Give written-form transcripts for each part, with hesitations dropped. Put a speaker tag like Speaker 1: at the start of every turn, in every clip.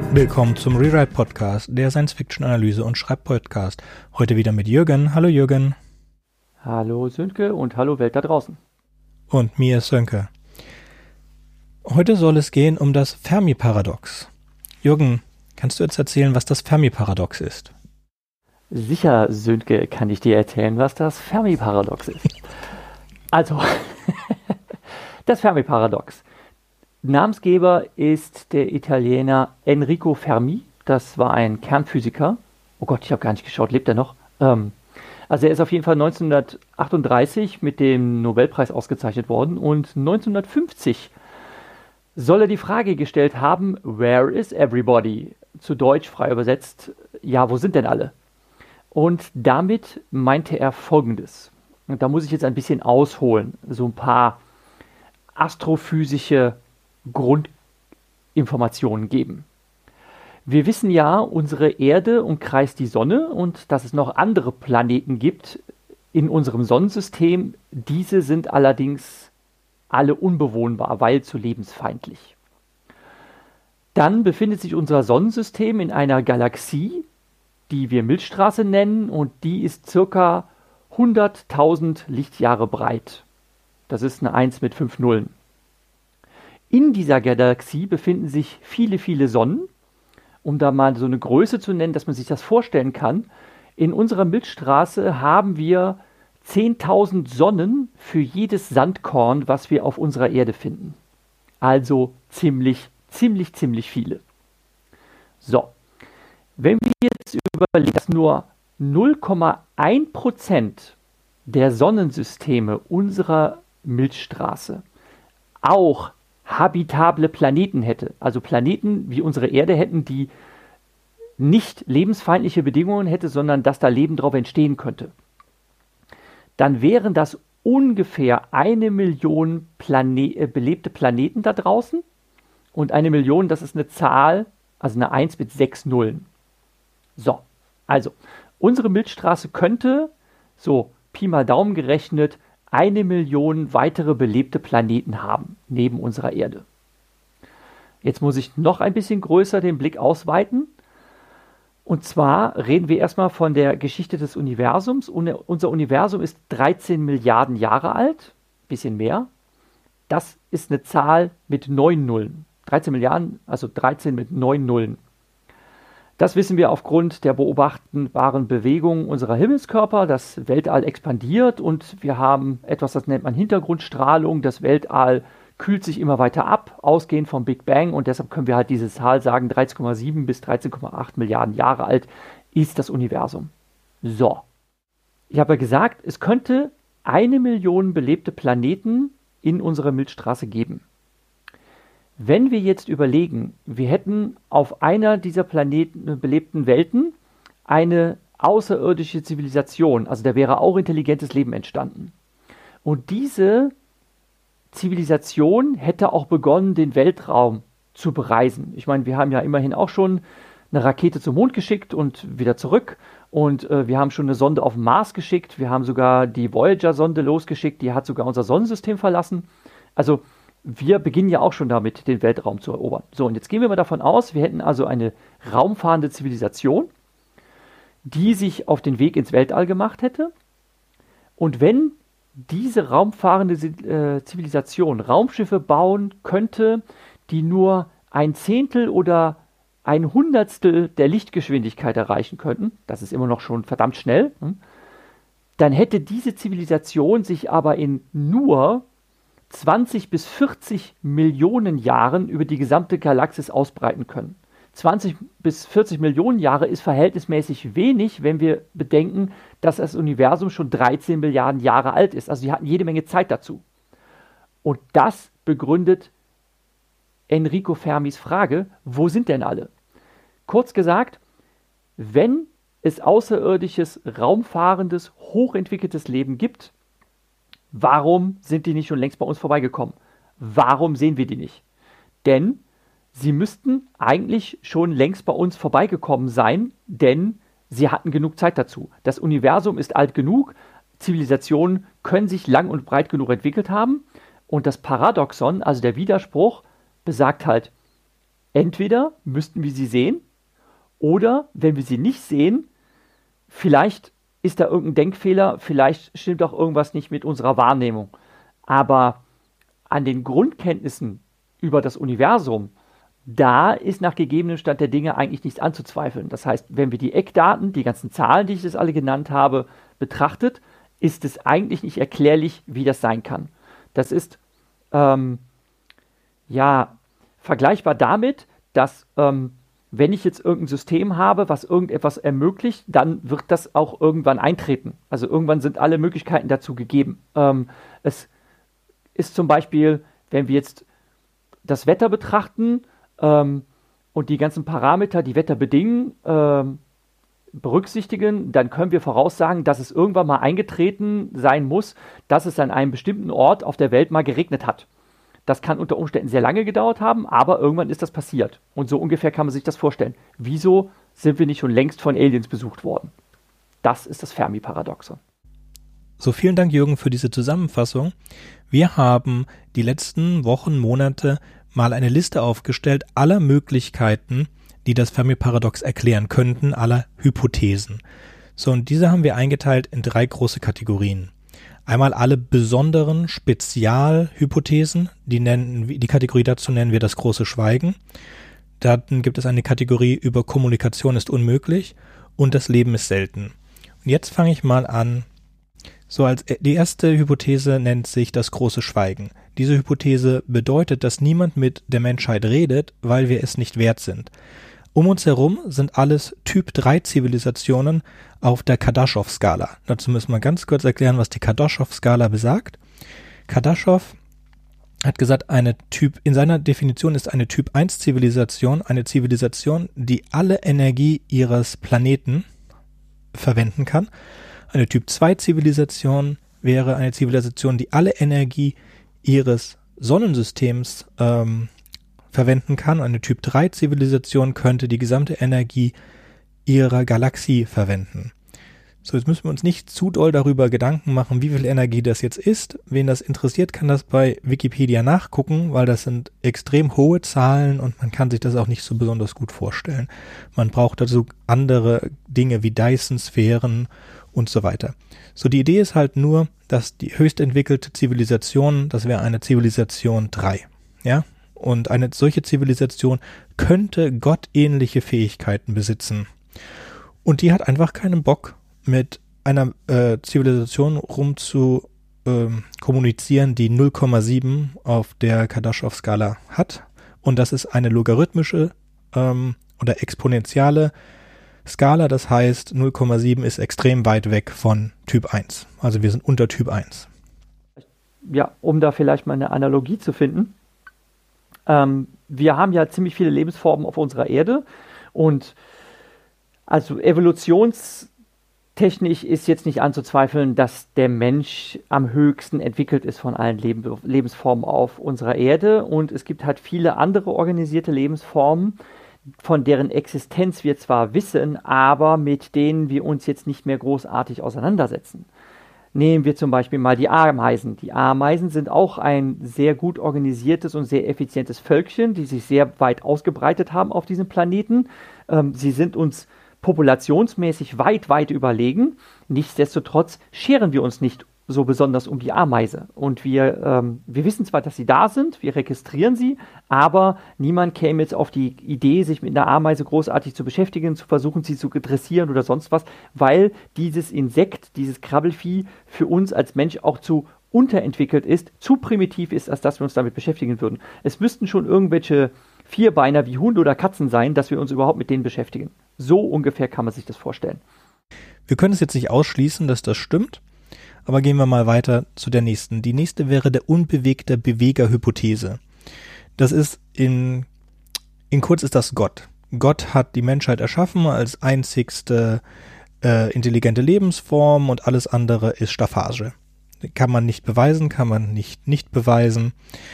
Speaker 1: Willkommen zum Rewrite Podcast, der Science-Fiction-Analyse- und Schreibpodcast. Heute wieder mit Jürgen. Hallo Jürgen.
Speaker 2: Hallo Sönke und hallo Welt da draußen.
Speaker 1: Und mir Sönke. Heute soll es gehen um das Fermi-Paradox. Jürgen, kannst du jetzt erzählen, was das Fermi-Paradox ist?
Speaker 2: Sicher, Sönke, kann ich dir erzählen, was das Fermi-Paradox ist. Also, das Fermi-Paradox. Namensgeber ist der Italiener Enrico Fermi. Das war ein Kernphysiker. Oh Gott, ich habe gar nicht geschaut, lebt er noch? Also er ist auf jeden Fall 1938 mit dem Nobelpreis ausgezeichnet worden und 1950 soll er die Frage gestellt haben, where is everybody? Zu Deutsch frei übersetzt, ja, wo sind denn alle? Und damit meinte er Folgendes. Und da muss ich jetzt ein bisschen ausholen, so ein paar astrophysische Grundinformationen geben. Wir wissen ja, unsere Erde umkreist die Sonne und dass es noch andere Planeten gibt in unserem Sonnensystem. Diese sind allerdings alle unbewohnbar, weil zu lebensfeindlich. Dann befindet sich unser Sonnensystem in einer Galaxie, die wir Milchstraße nennen, und die ist circa 100.000 Lichtjahre breit. Das ist eine 1 mit 5 Nullen. In dieser Galaxie befinden sich viele, viele Sonnen. Um da mal so eine Größe zu nennen, dass man sich das vorstellen kann. In unserer Milchstraße haben wir 10.000 Sonnen für jedes Sandkorn, was wir auf unserer Erde finden. Also ziemlich viele. So, wenn wir jetzt überlegen, dass nur 0,1% der Sonnensysteme unserer Milchstraße auch habitable Planeten hätte, also Planeten wie unsere Erde hätten, die nicht lebensfeindliche Bedingungen hätte, sondern dass da Leben drauf entstehen könnte, dann wären das ungefähr 1 Million belebte Planeten da draußen, und 1 Million, das ist eine Zahl, also eine 1 mit 6 Nullen. So, also unsere Milchstraße könnte, so Pi mal Daumen gerechnet, 1 Million weitere belebte Planeten haben, neben unserer Erde. Jetzt muss ich noch ein bisschen größer den Blick ausweiten. Und zwar reden wir erstmal von der Geschichte des Universums. Unser Universum ist 13 Milliarden Jahre alt, bisschen mehr. Das ist eine Zahl mit 9 Nullen. 13 Milliarden, also 13 mit 9 Nullen. Das wissen wir aufgrund der beobachtbaren Bewegung unserer Himmelskörper. Das Weltall expandiert und wir haben etwas, das nennt man Hintergrundstrahlung. Das Weltall kühlt sich immer weiter ab, ausgehend vom Big Bang, und deshalb können wir halt diese Zahl sagen, 13,7 bis 13,8 Milliarden Jahre alt ist das Universum. So, ich habe ja gesagt, es könnte 1 Million belebte Planeten in unserer Milchstraße geben. Wenn wir jetzt überlegen, wir hätten auf einer dieser belebten Welten eine außerirdische Zivilisation, also da wäre auch intelligentes Leben entstanden. Und diese Zivilisation hätte auch begonnen, den Weltraum zu bereisen. Ich meine, wir haben ja immerhin auch schon eine Rakete zum Mond geschickt und wieder zurück. Und wir haben schon eine Sonde auf den Mars geschickt. Wir haben sogar die Voyager-Sonde losgeschickt. Die hat sogar unser Sonnensystem verlassen. Also wir beginnen ja auch schon damit, den Weltraum zu erobern. So, und jetzt gehen wir mal davon aus, wir hätten also eine raumfahrende Zivilisation, die sich auf den Weg ins Weltall gemacht hätte. Und wenn diese raumfahrende Zivilisation Raumschiffe bauen könnte, die nur 1/10 oder 1/100 der Lichtgeschwindigkeit erreichen könnten, das ist immer noch schon verdammt schnell, dann hätte diese Zivilisation sich aber in nur 20 bis 40 Millionen Jahren über die gesamte Galaxis ausbreiten können. 20 bis 40 Millionen Jahre ist verhältnismäßig wenig, wenn wir bedenken, dass das Universum schon 13 Milliarden Jahre alt ist. Also sie hatten jede Menge Zeit dazu. Und das begründet Enrico Fermis Frage, wo sind denn alle? Kurz gesagt, wenn es außerirdisches, raumfahrendes, hochentwickeltes Leben gibt, warum sind die nicht schon längst bei uns vorbeigekommen? Warum sehen wir die nicht? Denn sie müssten eigentlich schon längst bei uns vorbeigekommen sein, denn sie hatten genug Zeit dazu. Das Universum ist alt genug, Zivilisationen können sich lang und breit genug entwickelt haben, und das Paradoxon, also der Widerspruch, besagt halt, Entweder müssten wir sie sehen oder, wenn wir sie nicht sehen, vielleicht ist da irgendein Denkfehler, vielleicht stimmt auch irgendwas nicht mit unserer Wahrnehmung. Aber an den Grundkenntnissen über das Universum, da ist nach gegebenem Stand der Dinge eigentlich nichts anzuzweifeln. Das heißt, wenn wir die Eckdaten, die ganzen Zahlen, die ich jetzt alle genannt habe, betrachtet, ist es eigentlich nicht erklärlich, wie das sein kann. Das ist vergleichbar damit, dass wenn ich jetzt irgendein System habe, was irgendetwas ermöglicht, dann wird das auch irgendwann eintreten. Also irgendwann sind alle Möglichkeiten dazu gegeben. Es ist zum Beispiel, wenn wir jetzt das Wetter betrachten und die ganzen Parameter, die Wetter bedingen, berücksichtigen, dann können wir voraussagen, dass es irgendwann mal eingetreten sein muss, dass es an einem bestimmten Ort auf der Welt mal geregnet hat. Das kann unter Umständen sehr lange gedauert haben, aber irgendwann ist das passiert. Und so ungefähr kann man sich das vorstellen. Wieso sind wir nicht schon längst von Aliens besucht worden? Das ist das Fermi-Paradoxon.
Speaker 1: So, vielen Dank, Jürgen, für diese Zusammenfassung. Wir haben die letzten Wochen, Monate mal eine Liste aufgestellt aller Möglichkeiten, die das Fermi-Paradox erklären könnten, aller Hypothesen. So, und diese haben wir eingeteilt in 3 große Kategorien. Einmal alle besonderen Spezialhypothesen, die Kategorie dazu nennen wir das große Schweigen. Dann gibt es eine Kategorie über Kommunikation ist unmöglich und das Leben ist selten. Und jetzt fange ich mal an. So, als die erste Hypothese nennt sich das große Schweigen. Diese Hypothese bedeutet, dass niemand mit der Menschheit redet, weil wir es nicht wert sind. Um uns herum sind alles Typ-3-Zivilisationen auf der Kardaschow-Skala. Dazu müssen wir ganz kurz erklären, was die Kardaschow-Skala besagt. Kardaschow hat gesagt, in seiner Definition ist eine Typ-1-Zivilisation eine Zivilisation, die alle Energie ihres Planeten verwenden kann. Eine Typ-2-Zivilisation wäre eine Zivilisation, die alle Energie ihres Sonnensystems verwenden kann. Eine Typ-3-Zivilisation könnte die gesamte Energie ihrer Galaxie verwenden. So, jetzt müssen wir uns nicht zu doll darüber Gedanken machen, wie viel Energie das jetzt ist. Wen das interessiert, kann das bei Wikipedia nachgucken, weil das sind extrem hohe Zahlen und man kann sich das auch nicht so besonders gut vorstellen. Man braucht dazu andere Dinge wie Dyson-Sphären und so weiter. So, die Idee ist halt nur, dass die höchst entwickelte Zivilisation, das wäre eine Zivilisation 3, ja? Und eine solche Zivilisation könnte gottähnliche Fähigkeiten besitzen. Und die hat einfach keinen Bock, mit einer Zivilisation kommunizieren, die 0,7 auf der Kardaschow-Skala hat. Und das ist eine logarithmische oder exponentielle Skala. Das heißt, 0,7 ist extrem weit weg von Typ 1. Also wir sind unter Typ 1.
Speaker 2: Ja, um da vielleicht mal eine Analogie zu finden. Wir haben ja ziemlich viele Lebensformen auf unserer Erde und also evolutionstechnisch ist jetzt nicht anzuzweifeln, dass der Mensch am höchsten entwickelt ist von allen Lebensformen auf unserer Erde und es gibt halt viele andere organisierte Lebensformen, von deren Existenz wir zwar wissen, aber mit denen wir uns jetzt nicht mehr großartig auseinandersetzen. Nehmen wir zum Beispiel mal die Ameisen. Die Ameisen sind auch ein sehr gut organisiertes und sehr effizientes Völkchen, die sich sehr weit ausgebreitet haben auf diesem Planeten. Sie sind uns populationsmäßig weit, weit überlegen. Nichtsdestotrotz scheren wir uns nicht so besonders um die Ameise. Und wir wissen zwar, dass sie da sind, wir registrieren sie, aber niemand käme jetzt auf die Idee, sich mit einer Ameise großartig zu beschäftigen, zu versuchen, sie zu dressieren oder sonst was, weil dieses Insekt, dieses Krabbelvieh für uns als Mensch auch zu unterentwickelt ist, zu primitiv ist, als dass wir uns damit beschäftigen würden. Es müssten schon irgendwelche Vierbeiner wie Hunde oder Katzen sein, dass wir uns überhaupt mit denen beschäftigen. So ungefähr kann man sich das vorstellen.
Speaker 1: Wir können es jetzt nicht ausschließen, dass das stimmt. Aber gehen wir mal weiter zu der nächsten. Die nächste wäre der unbewegte Beweger-Hypothese. Das ist in kurz ist das Gott. Gott hat die Menschheit erschaffen als einzigste intelligente Lebensform und alles andere ist Staffage. Kann man nicht beweisen, kann man nicht beweisen.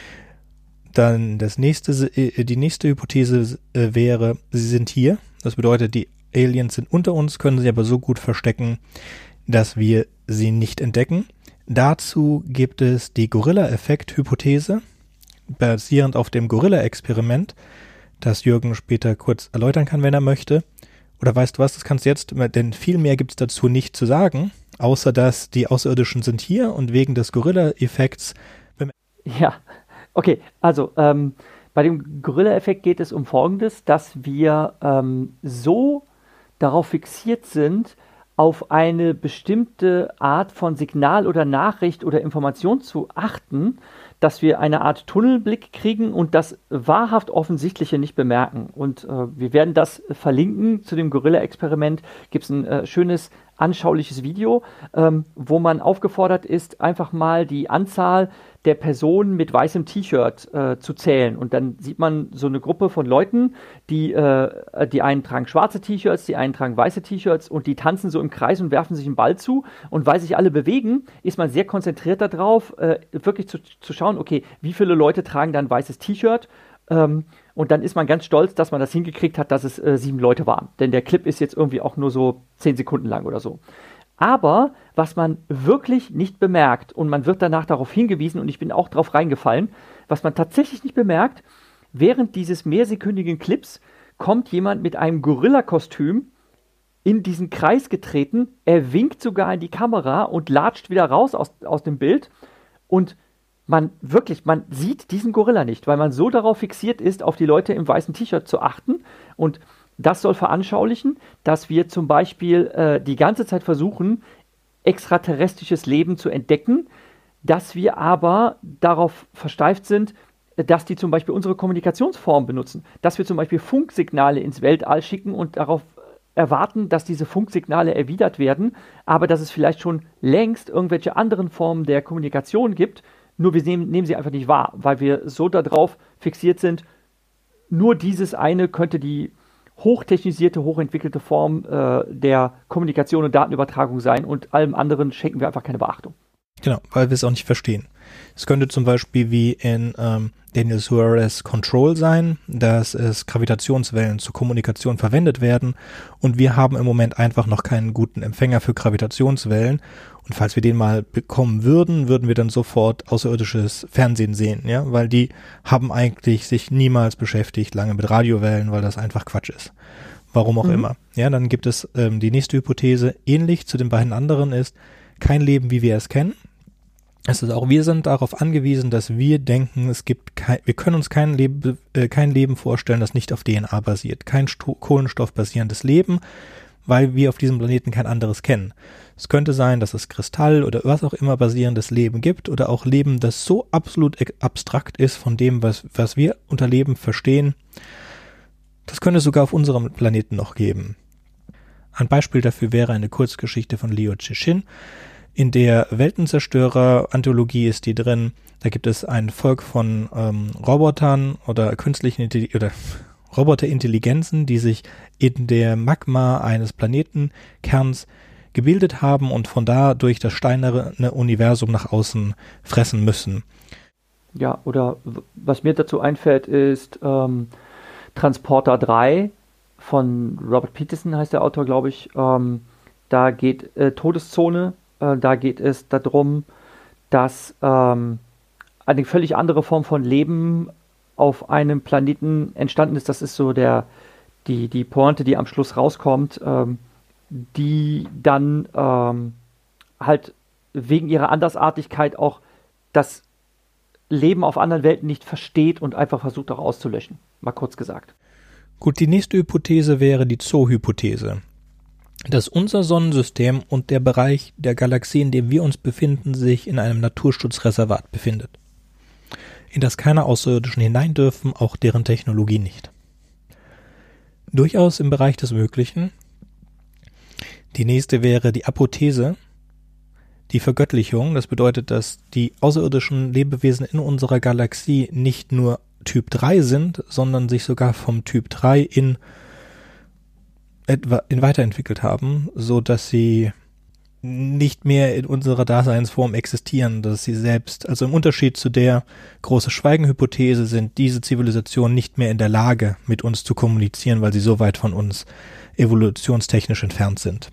Speaker 1: Dann die nächste Hypothese wäre, sie sind hier. Das bedeutet, die Aliens sind unter uns, können sie aber so gut verstecken, dass wir sie nicht entdecken. Dazu gibt es die Gorilla-Effekt-Hypothese, basierend auf dem Gorilla-Experiment. das Jürgen später kurz erläutern kann, wenn er möchte. Oder weißt du was, das kannst du jetzt, denn viel mehr gibt es dazu nicht zu sagen, außer dass die Außerirdischen sind hier und wegen des Gorilla-Effekts.
Speaker 2: Ja, okay, also bei dem Gorilla-Effekt geht es um Folgendes, dass wir so darauf fixiert sind, auf eine bestimmte Art von Signal oder Nachricht oder Information zu achten, dass wir eine Art Tunnelblick kriegen und das wahrhaft Offensichtliche nicht bemerken. Und wir werden das verlinken zu dem Gorilla-Experiment. Gibt es ein schönes, anschauliches Video, wo man aufgefordert ist, einfach mal die Anzahl der Personen mit weißem T-Shirt zu zählen. Und dann sieht man so eine Gruppe von Leuten, die einen tragen schwarze T-Shirts, die einen tragen weiße T-Shirts und die tanzen so im Kreis und werfen sich einen Ball zu. Und weil sich alle bewegen, ist man sehr konzentriert darauf, wirklich zu schauen, okay, wie viele Leute tragen dann ein weißes T-Shirt? Und dann ist man ganz stolz, dass man das hingekriegt hat, dass es 7 Leute waren. Denn der Clip ist jetzt irgendwie auch nur so 10 Sekunden lang oder so. Aber was man wirklich nicht bemerkt, und man wird danach darauf hingewiesen, und ich bin auch drauf reingefallen, was man tatsächlich nicht bemerkt, während dieses mehrsekündigen Clips kommt jemand mit einem Gorilla-Kostüm in diesen Kreis getreten, er winkt sogar in die Kamera und latscht wieder raus aus dem Bild und man sieht diesen Gorilla nicht, weil man so darauf fixiert ist, auf die Leute im weißen T-Shirt zu achten. Und das soll veranschaulichen, dass wir zum Beispiel die ganze Zeit versuchen, extraterrestrisches Leben zu entdecken, dass wir aber darauf versteift sind, dass die zum Beispiel unsere Kommunikationsform benutzen, dass wir zum Beispiel Funksignale ins Weltall schicken und darauf erwarten, dass diese Funksignale erwidert werden, aber dass es vielleicht schon längst irgendwelche anderen Formen der Kommunikation gibt, nur wir nehmen sie einfach nicht wahr, weil wir so darauf fixiert sind, nur dieses eine könnte die hochtechnisierte, hochentwickelte Form der Kommunikation und Datenübertragung sein und allem anderen schenken wir einfach keine Beachtung.
Speaker 1: Genau, weil wir es auch nicht verstehen. Es könnte zum Beispiel wie in Daniel Suarez Control sein, dass es Gravitationswellen zur Kommunikation verwendet werden und wir haben im Moment einfach noch keinen guten Empfänger für Gravitationswellen und falls wir den mal bekommen würden, würden wir dann sofort außerirdisches Fernsehen sehen, ja, weil die haben eigentlich sich niemals beschäftigt lange mit Radiowellen, weil das einfach Quatsch ist. Warum auch immer. Ja, dann gibt es die nächste Hypothese, ähnlich zu den beiden anderen ist, kein Leben, wie wir es kennen. Es ist auch, wir sind darauf angewiesen, dass wir denken, wir können uns kein Leben vorstellen, das nicht auf DNA basiert. Kein kohlenstoffbasierendes Leben, weil wir auf diesem Planeten kein anderes kennen. Es könnte sein, dass es Kristall oder was auch immer basierendes Leben gibt oder auch Leben, das so absolut abstrakt ist von dem, was wir unter Leben verstehen. Das könnte es sogar auf unserem Planeten noch geben. Ein Beispiel dafür wäre eine Kurzgeschichte von Liu Cixin. In der Weltenzerstörer-Anthologie ist die drin. Da gibt es ein Volk von Robotern oder Roboterintelligenzen, die sich in der Magma eines Planetenkerns gebildet haben und von da durch das steinerne Universum nach außen fressen müssen.
Speaker 2: Ja, oder was mir dazu einfällt, ist Transporter 3 von Robert Peterson heißt der Autor, glaube ich. Da geht Todeszone. Da geht es darum, dass eine völlig andere Form von Leben auf einem Planeten entstanden ist. Das ist so die Pointe, die am Schluss rauskommt, die dann halt wegen ihrer Andersartigkeit auch das Leben auf anderen Welten nicht versteht und einfach versucht auch auszulöschen. Mal kurz gesagt.
Speaker 1: Gut, die nächste Hypothese wäre die Zoo-Hypothese. Dass unser Sonnensystem und der Bereich der Galaxie, in dem wir uns befinden, sich in einem Naturschutzreservat befindet. In das keine Außerirdischen hinein dürfen, auch deren Technologie nicht. Durchaus im Bereich des Möglichen. Die nächste wäre die Apothese, die Vergöttlichung. Das bedeutet, dass die außerirdischen Lebewesen in unserer Galaxie nicht nur Typ 3 sind, sondern sich sogar vom Typ 3 in weiterentwickelt haben, so dass sie nicht mehr in unserer Daseinsform existieren, dass sie selbst, also im Unterschied zu der große Schweigen-Hypothese, sind diese Zivilisationen nicht mehr in der Lage, mit uns zu kommunizieren, weil sie so weit von uns evolutionstechnisch entfernt sind.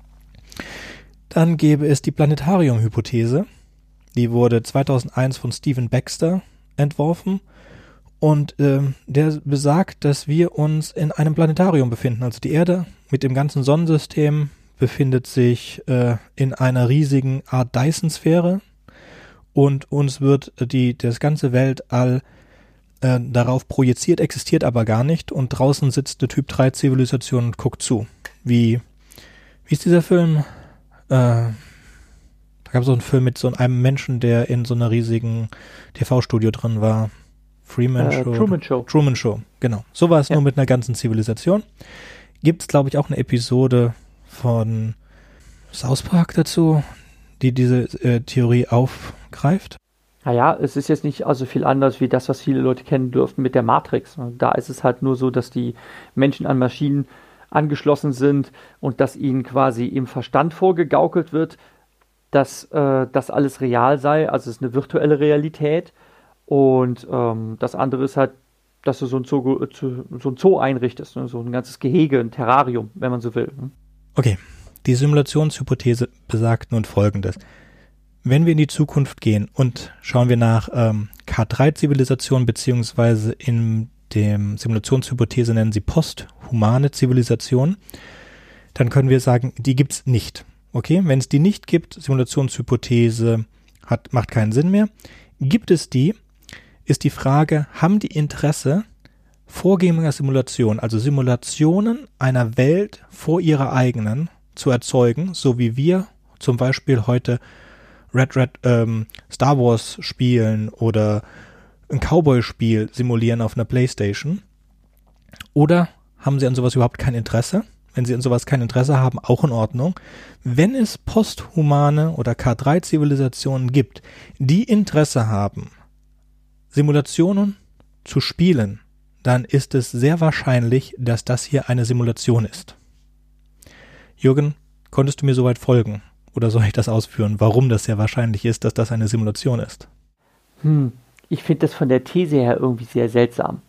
Speaker 1: Dann gäbe es die Planetarium-Hypothese, die wurde 2001 von Stephen Baxter entworfen Und der besagt, dass wir uns in einem Planetarium befinden. Also die Erde mit dem ganzen Sonnensystem befindet sich in einer riesigen Art Dyson-Sphäre und uns wird das ganze Weltall darauf projiziert, existiert aber gar nicht und draußen sitzt eine Typ-3-Zivilisation und guckt zu. Wie ist dieser Film? Da gab es so einen Film mit so einem Menschen, der in so einer riesigen TV-Studio drin war.
Speaker 2: Truman Show,
Speaker 1: genau. So war es nur mit einer ganzen Zivilisation. Gibt es, glaube ich, auch eine Episode von South Park dazu, die diese Theorie aufgreift?
Speaker 2: Naja, es ist jetzt nicht also viel anders wie das, was viele Leute kennen dürften mit der Matrix. Da ist es halt nur so, dass die Menschen an Maschinen angeschlossen sind und dass ihnen quasi im Verstand vorgegaukelt wird, dass das alles real sei, also es ist eine virtuelle Realität. Und das andere ist halt, dass du so ein Zoo einrichtest, ne? So ein ganzes Gehege, ein Terrarium, wenn man so will. Ne?
Speaker 1: Okay, die Simulationshypothese besagt nun Folgendes. Wenn wir in die Zukunft gehen und schauen wir nach K3-Zivilisation beziehungsweise in dem Simulationshypothese nennen sie posthumane Zivilisation, dann können wir sagen, die gibt's nicht. Okay, wenn es die nicht gibt, Simulationshypothese macht keinen Sinn mehr. Gibt es die, ist die Frage, haben die Interesse, vorgängiger Simulation, also Simulationen einer Welt vor ihrer eigenen zu erzeugen, so wie wir zum Beispiel heute Star Wars spielen oder ein Cowboy-Spiel simulieren auf einer Playstation? Oder haben sie an sowas überhaupt kein Interesse? Wenn sie an sowas kein Interesse haben, auch in Ordnung. Wenn es posthumane oder K3-Zivilisationen gibt, die Interesse haben, Simulationen zu spielen, dann ist es sehr wahrscheinlich, dass das hier eine Simulation ist. Jürgen, konntest du mir soweit folgen? Oder soll ich das ausführen, warum das sehr wahrscheinlich ist, dass das eine Simulation ist?
Speaker 2: Ich finde das von der These her irgendwie sehr seltsam.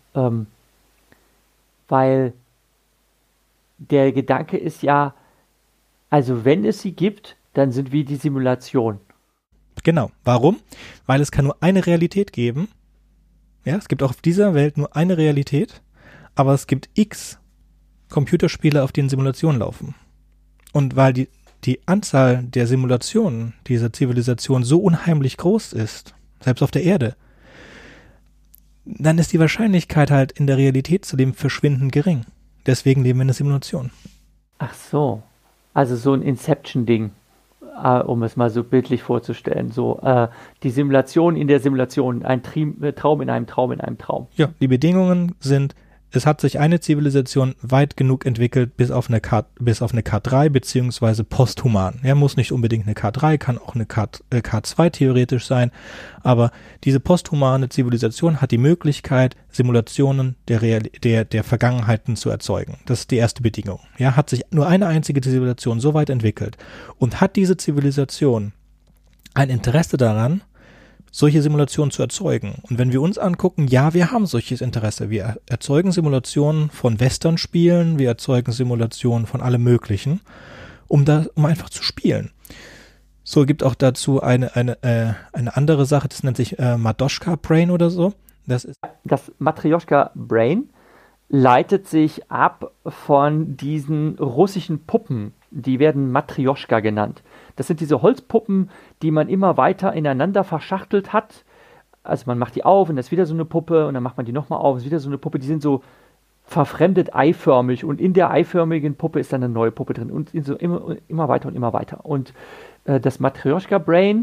Speaker 2: Weil der Gedanke ist ja, also wenn es sie gibt, dann sind wir die Simulation.
Speaker 1: Genau. Warum? Weil es kann nur eine Realität geben. Ja, es gibt auch auf dieser Welt nur eine Realität, aber es gibt x Computerspiele, auf denen Simulationen laufen. Und weil die Anzahl der Simulationen dieser Zivilisation so unheimlich groß ist, selbst auf der Erde, dann ist die Wahrscheinlichkeit halt in der Realität zudem verschwindend gering. Deswegen leben wir in der Simulation.
Speaker 2: Ach so, also so ein Inception-Ding, um es mal so bildlich vorzustellen. So die Simulation in der Simulation, ein Traum in einem Traum in einem Traum.
Speaker 1: Ja, die Bedingungen sind, es hat sich eine Zivilisation weit genug entwickelt bis auf eine K3 beziehungsweise posthuman. Ja, muss nicht unbedingt eine K3, kann auch eine K2 theoretisch sein, aber diese posthumane Zivilisation hat die Möglichkeit, Simulationen der Vergangenheiten zu erzeugen. Das ist die erste Bedingung. Ja, hat sich nur eine einzige Zivilisation so weit entwickelt und hat diese Zivilisation ein Interesse daran, solche Simulationen zu erzeugen. Und wenn wir uns angucken, ja, wir haben solches Interesse. Wir erzeugen Simulationen von Western-Spielen, wir erzeugen Simulationen von allem Möglichen, um einfach zu spielen. So, gibt auch dazu eine andere Sache, das nennt sich Matryoshka Brain oder so. Das
Speaker 2: Matryoshka Brain leitet sich ab von diesen russischen Puppen. Die werden Matryoshka genannt. Das sind diese Holzpuppen, die man immer weiter ineinander verschachtelt hat. Also man macht die auf und das ist wieder so eine Puppe und dann macht man die nochmal auf und ist wieder so eine Puppe. Die sind so verfremdet eiförmig und in der eiförmigen Puppe ist dann eine neue Puppe drin und so immer weiter und immer weiter. Und das Matryoshka Brain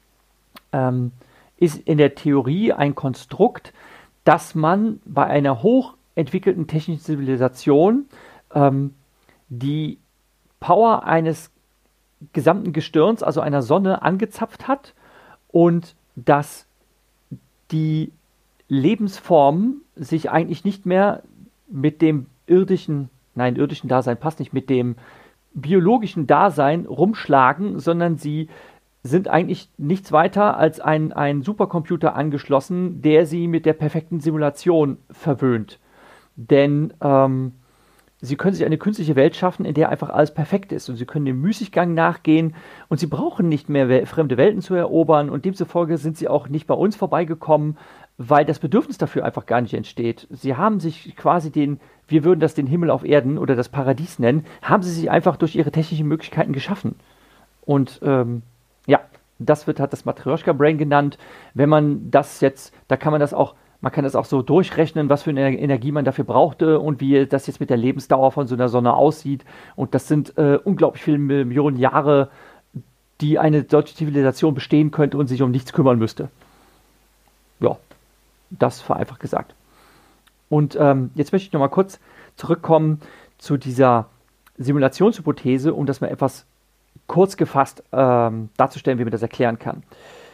Speaker 2: ist in der Theorie ein Konstrukt, dass man bei einer hochentwickelten technischen Zivilisation die Power eines gesamten Gestirns, also einer Sonne, angezapft hat und dass die Lebensformen sich eigentlich nicht mehr mit dem irdischen Dasein passt nicht, mit dem biologischen Dasein rumschlagen, sondern sie sind eigentlich nichts weiter als ein Supercomputer angeschlossen, der sie mit der perfekten Simulation verwöhnt. Denn Sie können sich eine künstliche Welt schaffen, in der einfach alles perfekt ist und Sie können dem Müßiggang nachgehen und Sie brauchen nicht mehr fremde Welten zu erobern und demzufolge sind Sie auch nicht bei uns vorbeigekommen, weil das Bedürfnis dafür einfach gar nicht entsteht. Sie haben sich quasi wir würden das den Himmel auf Erden oder das Paradies nennen, haben Sie sich einfach durch Ihre technischen Möglichkeiten geschaffen. Und ja, hat das Matryoshka-Brain genannt. Wenn man das jetzt, man kann das auch so durchrechnen, was für eine Energie man dafür brauchte und wie das jetzt mit der Lebensdauer von so einer Sonne aussieht. Und das sind unglaublich viele Millionen Jahre, die eine solche Zivilisation bestehen könnte und sich um nichts kümmern müsste. Ja, das vereinfacht gesagt. Und jetzt möchte ich nochmal kurz zurückkommen zu dieser Simulationshypothese, um das mal etwas kurz gefasst darzustellen, wie man das erklären kann.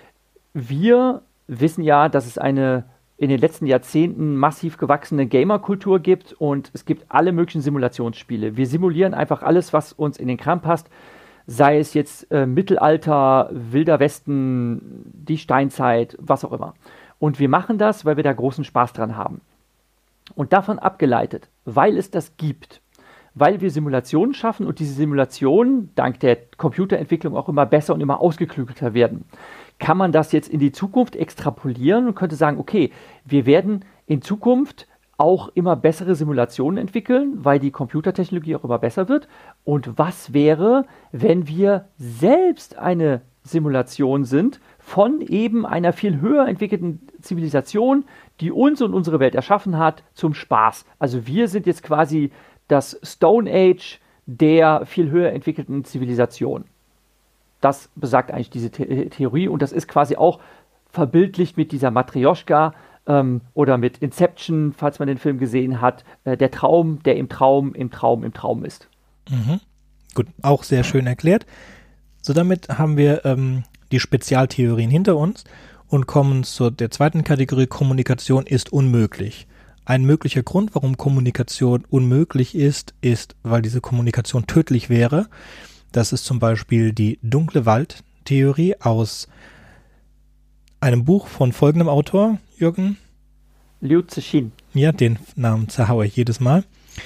Speaker 2: Wir wissen ja, dass es eine in den letzten Jahrzehnten massiv gewachsene Gamer-Kultur gibt und es gibt alle möglichen Simulationsspiele. Wir simulieren einfach alles, was uns in den Kram passt, sei es jetzt Mittelalter, Wilder Westen, die Steinzeit, was auch immer. Und wir machen das, weil wir da großen Spaß dran haben. Und davon abgeleitet, weil es das gibt, weil wir Simulationen schaffen und diese Simulationen dank der Computerentwicklung auch immer besser und immer ausgeklügelter werden, kann man das jetzt in die Zukunft extrapolieren und könnte sagen, okay, wir werden in Zukunft auch immer bessere Simulationen entwickeln, weil die Computertechnologie auch immer besser wird. Und was wäre, wenn wir selbst eine Simulation sind von eben einer viel höher entwickelten Zivilisation, die uns und unsere Welt erschaffen hat, zum Spaß. Also wir sind jetzt quasi das Stone Age der viel höher entwickelten Zivilisation. Das besagt eigentlich diese Theorie und das ist quasi auch verbildlicht mit dieser Matryoshka oder mit Inception, falls man den Film gesehen hat, der Traum, der im Traum ist.
Speaker 1: Mhm. Gut, auch sehr schön erklärt. So, damit haben wir die Spezialtheorien hinter uns und kommen zu der zweiten Kategorie, Kommunikation ist unmöglich. Ein möglicher Grund, warum Kommunikation unmöglich ist, weil diese Kommunikation tödlich wäre. Das ist zum Beispiel die dunkle Wald-Theorie aus einem Buch von folgendem Autor, Jürgen.
Speaker 2: Liu Cixin.
Speaker 1: Ja, den Namen zerhaue ich jedes Mal.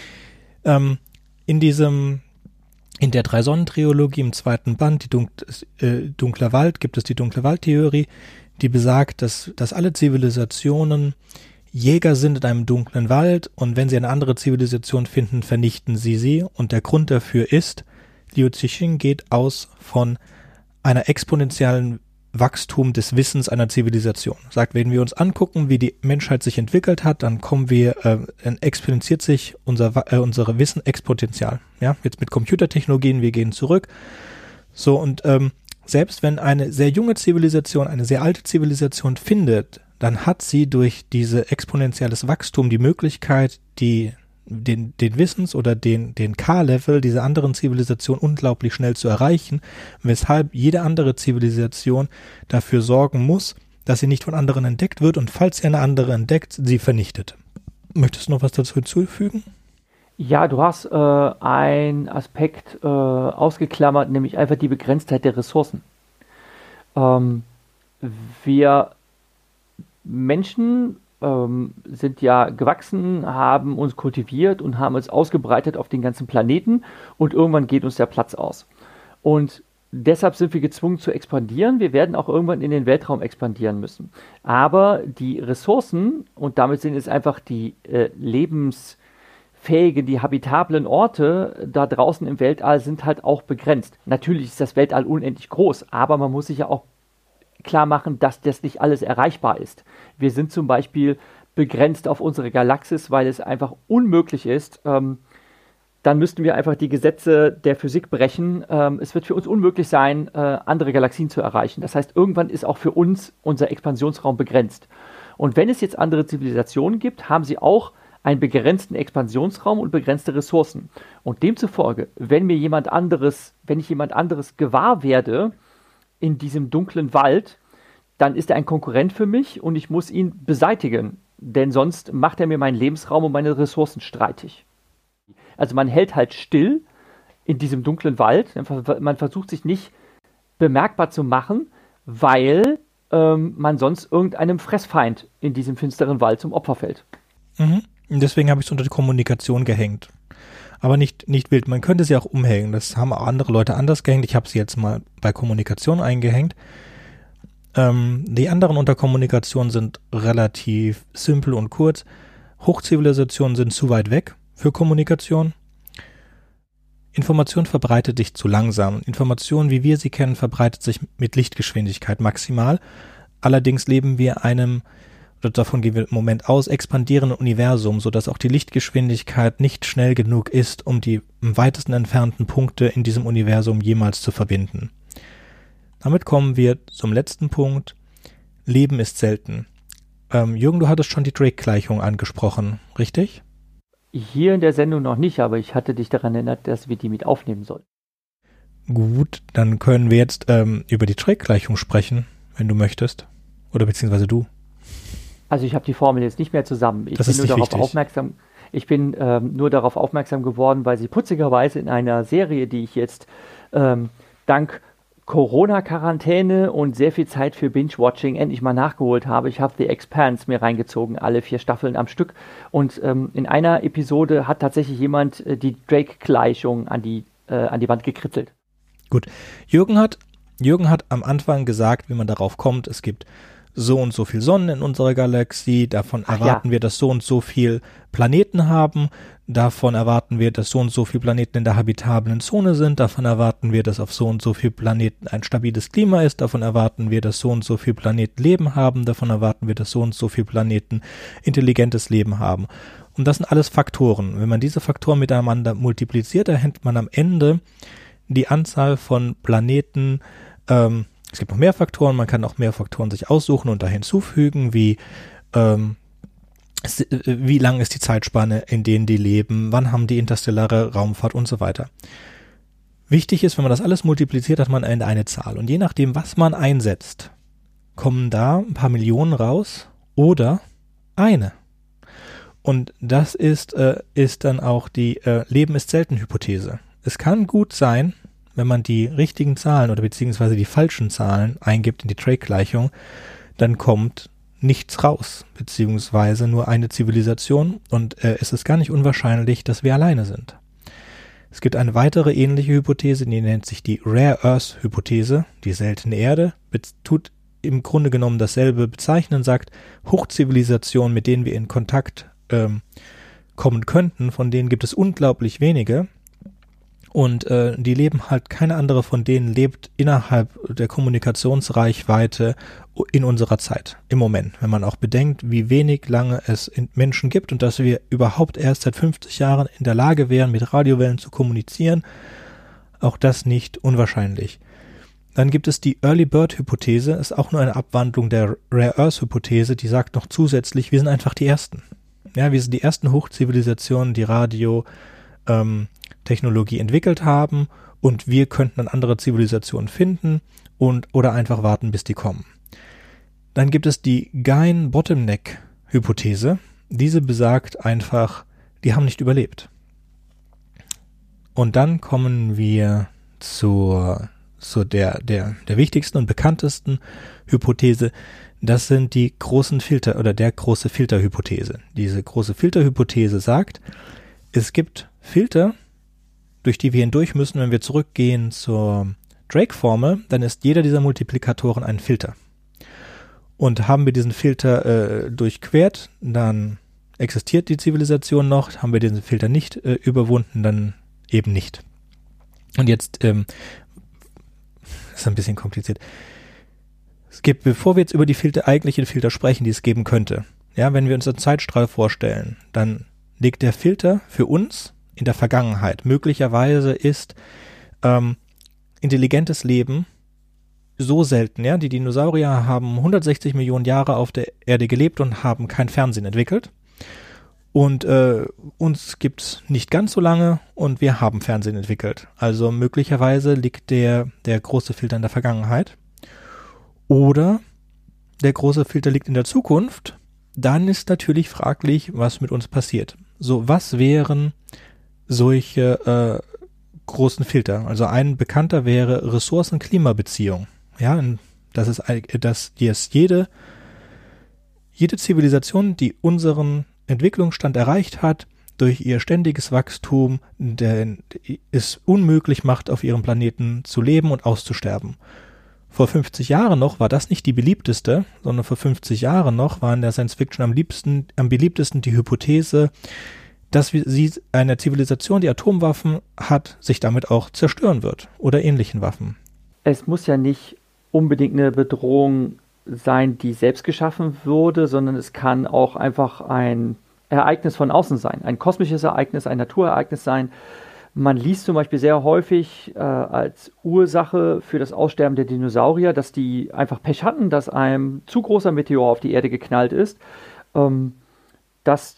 Speaker 1: In der Drei-Sonnen-Trilogie im zweiten Band, Dunkler Wald, gibt es die dunkle Wald-Theorie, die besagt, dass alle Zivilisationen Jäger sind in einem dunklen Wald und wenn sie eine andere Zivilisation finden, vernichten sie. Und der Grund dafür ist, Liu Cixin geht aus von einer exponentiellen Wachstum des Wissens einer Zivilisation. Sagt, wenn wir uns angucken, wie die Menschheit sich entwickelt hat, dann exponentiert sich unsere Wissen exponentiell. Ja, jetzt mit Computertechnologien, wir gehen zurück. So, und selbst wenn eine sehr junge Zivilisation eine sehr alte Zivilisation findet, dann hat sie durch diese exponentielles Wachstum die Möglichkeit, den Wissens- oder den K-Level dieser anderen Zivilisation unglaublich schnell zu erreichen, weshalb jede andere Zivilisation dafür sorgen muss, dass sie nicht von anderen entdeckt wird und falls sie eine andere entdeckt, sie vernichtet. Möchtest du noch was dazu hinzufügen?
Speaker 2: Ja, du hast einen Aspekt ausgeklammert, nämlich einfach die Begrenztheit der Ressourcen. Wir Menschen sind ja gewachsen, haben uns kultiviert und haben uns ausgebreitet auf den ganzen Planeten und irgendwann geht uns der Platz aus. Und deshalb sind wir gezwungen zu expandieren. Wir werden auch irgendwann in den Weltraum expandieren müssen. Aber die Ressourcen, und damit sind es einfach die lebensfähigen, die habitablen Orte da draußen im Weltall sind halt auch begrenzt. Natürlich ist das Weltall unendlich groß, aber man muss sich ja auch klar machen, dass das nicht alles erreichbar ist. Wir sind zum Beispiel begrenzt auf unsere Galaxis, weil es einfach unmöglich ist. Dann müssten wir einfach die Gesetze der Physik brechen. Es wird für uns unmöglich sein, andere Galaxien zu erreichen. Das heißt, irgendwann ist auch für uns unser Expansionsraum begrenzt. Und wenn es jetzt andere Zivilisationen gibt, haben sie auch einen begrenzten Expansionsraum und begrenzte Ressourcen. Und demzufolge, wenn ich jemand anderes gewahr werde, in diesem dunklen Wald, dann ist er ein Konkurrent für mich und ich muss ihn beseitigen, denn sonst macht er mir meinen Lebensraum und meine Ressourcen streitig. Also man hält halt still in diesem dunklen Wald, man versucht sich nicht bemerkbar zu machen, weil man sonst irgendeinem Fressfeind in diesem finsteren Wald zum Opfer fällt.
Speaker 1: Mhm. Deswegen habe ich es unter die Kommunikation gehängt. aber nicht wild. Man könnte sie auch umhängen. Das haben auch andere Leute anders gehängt. Ich habe sie jetzt mal bei Kommunikation eingehängt. Die anderen unter Kommunikation sind relativ simpel und kurz. Hochzivilisationen sind zu weit weg für Kommunikation. Information verbreitet sich zu langsam. Information, wie wir sie kennen, verbreitet sich mit Lichtgeschwindigkeit maximal. Allerdings leben wir davon gehen wir im Moment aus, expandierenden Universum, sodass auch die Lichtgeschwindigkeit nicht schnell genug ist, um die am weitesten entfernten Punkte in diesem Universum jemals zu verbinden. Damit kommen wir zum letzten Punkt. Leben ist selten. Jürgen, du hattest schon die Drake-Gleichung angesprochen, richtig?
Speaker 2: Hier in der Sendung noch nicht, aber ich hatte dich daran erinnert, dass wir die mit aufnehmen sollen.
Speaker 1: Gut, dann können wir jetzt über die Drake-Gleichung sprechen, wenn du möchtest. Oder beziehungsweise du.
Speaker 2: Also ich habe die Formel jetzt nicht mehr zusammen. Ich bin nur darauf aufmerksam geworden, weil sie putzigerweise in einer Serie, die ich jetzt dank Corona-Quarantäne und sehr viel Zeit für Binge-Watching endlich mal nachgeholt habe. Ich habe The Expanse mir reingezogen, alle 4 Staffeln am Stück. Und in einer Episode hat tatsächlich jemand die Drake-Gleichung an die Wand gekritzelt.
Speaker 1: Gut. Jürgen hat am Anfang gesagt, wie man darauf kommt, es gibt so und so viel Sonnen in unserer Galaxie, davon erwarten wir, dass so und so viel Planeten haben, davon erwarten wir, dass so und so viele Planeten in der habitablen Zone sind, davon erwarten wir, dass auf so und so viel Planeten ein stabiles Klima ist, davon erwarten wir, dass so und so viele Planeten Leben haben, davon erwarten wir, dass so und so viele Planeten intelligentes Leben haben. Und das sind alles Faktoren. Wenn man diese Faktoren miteinander multipliziert, erhält man am Ende die Anzahl von Planeten. Es gibt noch mehr Faktoren, man kann auch mehr Faktoren sich aussuchen und da hinzufügen, wie lang ist die Zeitspanne, in denen die leben, wann haben die interstellare Raumfahrt und so weiter. Wichtig ist, wenn man das alles multipliziert, hat man am Ende eine Zahl. Und je nachdem, was man einsetzt, kommen da ein paar Millionen raus oder eine. Und das ist dann auch die Leben ist selten Hypothese. Es kann gut sein, wenn man die richtigen Zahlen oder beziehungsweise die falschen Zahlen eingibt in die Drake-Gleichung, dann kommt nichts raus, beziehungsweise nur eine Zivilisation und es ist gar nicht unwahrscheinlich, dass wir alleine sind. Es gibt eine weitere ähnliche Hypothese, die nennt sich die Rare Earth Hypothese, die seltene Erde, tut im Grunde genommen dasselbe bezeichnen, sagt, Hochzivilisationen, mit denen wir in Kontakt kommen könnten, von denen gibt es unglaublich wenige. Und die leben halt, keine andere von denen lebt innerhalb der Kommunikationsreichweite in unserer Zeit, im Moment. Wenn man auch bedenkt, wie wenig lange es Menschen gibt und dass wir überhaupt erst seit 50 Jahren in der Lage wären, mit Radiowellen zu kommunizieren, auch das nicht unwahrscheinlich. Dann gibt es die Early Bird Hypothese, ist auch nur eine Abwandlung der Rare Earth Hypothese, die sagt noch zusätzlich, wir sind einfach die Ersten. Ja, wir sind die ersten Hochzivilisationen, die Technologie entwickelt haben und wir könnten dann andere Zivilisationen finden oder einfach warten, bis die kommen. Dann gibt es die Gein-Bottomneck-Hypothese. Diese besagt einfach, die haben nicht überlebt. Und dann kommen wir zu der wichtigsten und bekanntesten Hypothese. Das sind die großen Filter oder der große Filterhypothese. Diese große Filterhypothese sagt, es gibt Filter, durch die wir hindurch müssen, wenn wir zurückgehen zur Drake-Formel, dann ist jeder dieser Multiplikatoren ein Filter. Und haben wir diesen Filter durchquert, dann existiert die Zivilisation noch. Haben wir diesen Filter nicht überwunden, dann eben nicht. Und jetzt ist ein bisschen kompliziert. Bevor wir jetzt über die eigentlichen Filter sprechen, die es geben könnte, ja, wenn wir uns einen Zeitstrahl vorstellen, dann liegt der Filter für uns in der Vergangenheit. Möglicherweise ist intelligentes Leben so selten. Ja? Die Dinosaurier haben 160 Millionen Jahre auf der Erde gelebt und haben kein Fernsehen entwickelt. Und uns gibt es nicht ganz so lange und wir haben Fernsehen entwickelt. Also möglicherweise liegt der große Filter in der Vergangenheit. Oder der große Filter liegt in der Zukunft. Dann ist natürlich fraglich, was mit uns passiert. So, was wären solche großen Filter? Also ein bekannter wäre Ressourcen-Klima-Beziehung. Ja, das ist jede Zivilisation, die unseren Entwicklungsstand erreicht hat, durch ihr ständiges Wachstum es unmöglich macht, auf ihrem Planeten zu leben und auszusterben. Vor 50 Jahren noch war das nicht die beliebteste, sondern vor 50 Jahren noch war in der Science Fiction am beliebtesten die Hypothese, dass eine Zivilisation, die Atomwaffen hat, sich damit auch zerstören wird oder ähnlichen Waffen.
Speaker 2: Es muss ja nicht unbedingt eine Bedrohung sein, die selbst geschaffen wurde, sondern es kann auch einfach ein Ereignis von außen sein, ein kosmisches Ereignis, ein Naturereignis sein. Man liest zum Beispiel sehr häufig als Ursache für das Aussterben der Dinosaurier, dass die einfach Pech hatten, dass ein zu großer Meteor auf die Erde geknallt ist, das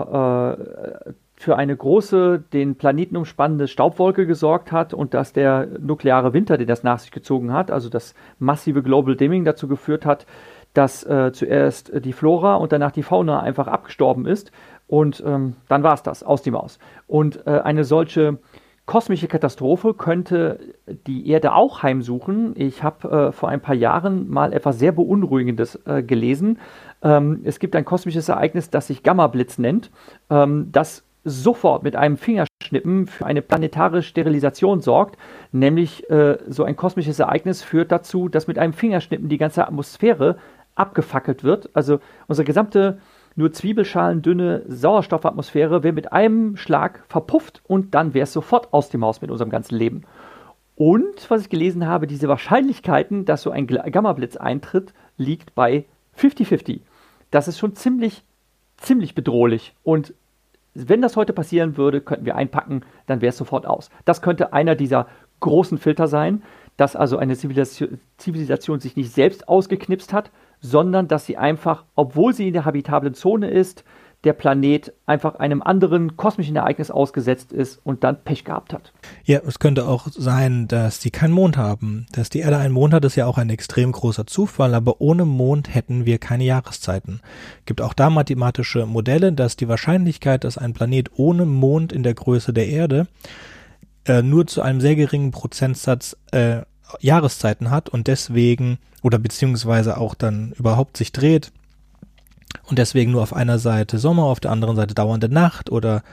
Speaker 2: für eine große, den Planeten umspannende Staubwolke gesorgt hat und dass der nukleare Winter, den das nach sich gezogen hat, also das massive Global Dimming dazu geführt hat, dass zuerst die Flora und danach die Fauna einfach abgestorben ist. Und dann war es das, aus die Maus. Und eine solche kosmische Katastrophe könnte die Erde auch heimsuchen. Ich habe vor ein paar Jahren mal etwas sehr Beunruhigendes gelesen. Es gibt ein kosmisches Ereignis, das sich Gamma-Blitz nennt, das sofort mit einem Fingerschnippen für eine planetare Sterilisation sorgt. Nämlich so ein kosmisches Ereignis führt dazu, dass mit einem Fingerschnippen die ganze Atmosphäre abgefackelt wird. Also unsere gesamte nur zwiebelschalendünne Sauerstoffatmosphäre wäre mit einem Schlag verpufft und dann wäre es sofort aus dem Haus mit unserem ganzen Leben. Und, was ich gelesen habe, diese Wahrscheinlichkeiten, dass so ein Gamma-Blitz eintritt, liegt bei 50-50. Das ist schon ziemlich bedrohlich. Und wenn das heute passieren würde, könnten wir einpacken, dann wäre es sofort aus. Das könnte einer dieser großen Filter sein, dass also eine Zivilisation sich nicht selbst ausgeknipst hat, sondern dass sie einfach, obwohl sie in der habitablen Zone ist, der Planet einfach einem anderen kosmischen Ereignis ausgesetzt ist und dann Pech gehabt hat.
Speaker 1: Ja, es könnte auch sein, dass sie keinen Mond haben. Dass die Erde einen Mond hat, ist ja auch ein extrem großer Zufall, aber ohne Mond hätten wir keine Jahreszeiten. Gibt auch da mathematische Modelle, dass die Wahrscheinlichkeit, dass ein Planet ohne Mond in der Größe der Erde nur zu einem sehr geringen Prozentsatz Jahreszeiten hat und deswegen oder beziehungsweise auch dann überhaupt sich dreht und deswegen nur auf einer Seite Sommer, auf der anderen Seite dauernde Nacht oder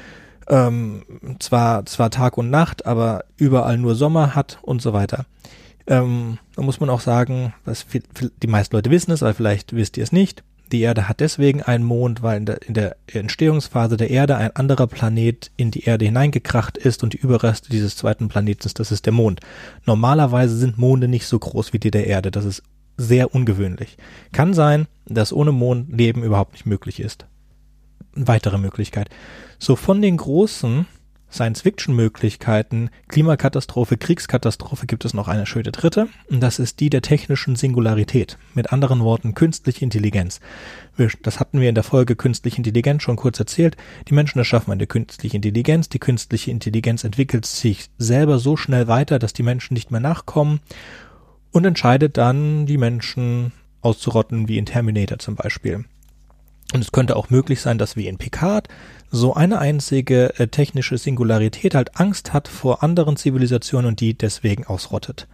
Speaker 1: zwar Tag und Nacht, aber überall nur Sommer hat und so weiter. Da muss man auch sagen, die meisten Leute wissen es, aber vielleicht wisst ihr es nicht. Die Erde hat deswegen einen Mond, weil in der Entstehungsphase der Erde ein anderer Planet in die Erde hineingekracht ist und die Überreste dieses zweiten Planeten, das ist der Mond. Normalerweise sind Monde nicht so groß wie die der Erde. Das ist sehr ungewöhnlich. Kann sein, dass ohne Mond Leben überhaupt nicht möglich ist. Eine weitere Möglichkeit. So von den großen Science-Fiction-Möglichkeiten, Klimakatastrophe, Kriegskatastrophe, gibt es noch eine schöne dritte, und das ist die der technischen Singularität. Mit anderen Worten, künstliche Intelligenz. Das hatten wir in der Folge Künstliche Intelligenz schon kurz erzählt. Die Menschen erschaffen eine künstliche Intelligenz. Die künstliche Intelligenz entwickelt sich selber so schnell weiter, dass die Menschen nicht mehr nachkommen und entscheidet dann, die Menschen auszurotten, wie in Terminator zum Beispiel. Und es könnte auch möglich sein, dass wie in Picard so eine einzige technische Singularität halt Angst hat vor anderen Zivilisationen und die deswegen ausrottet.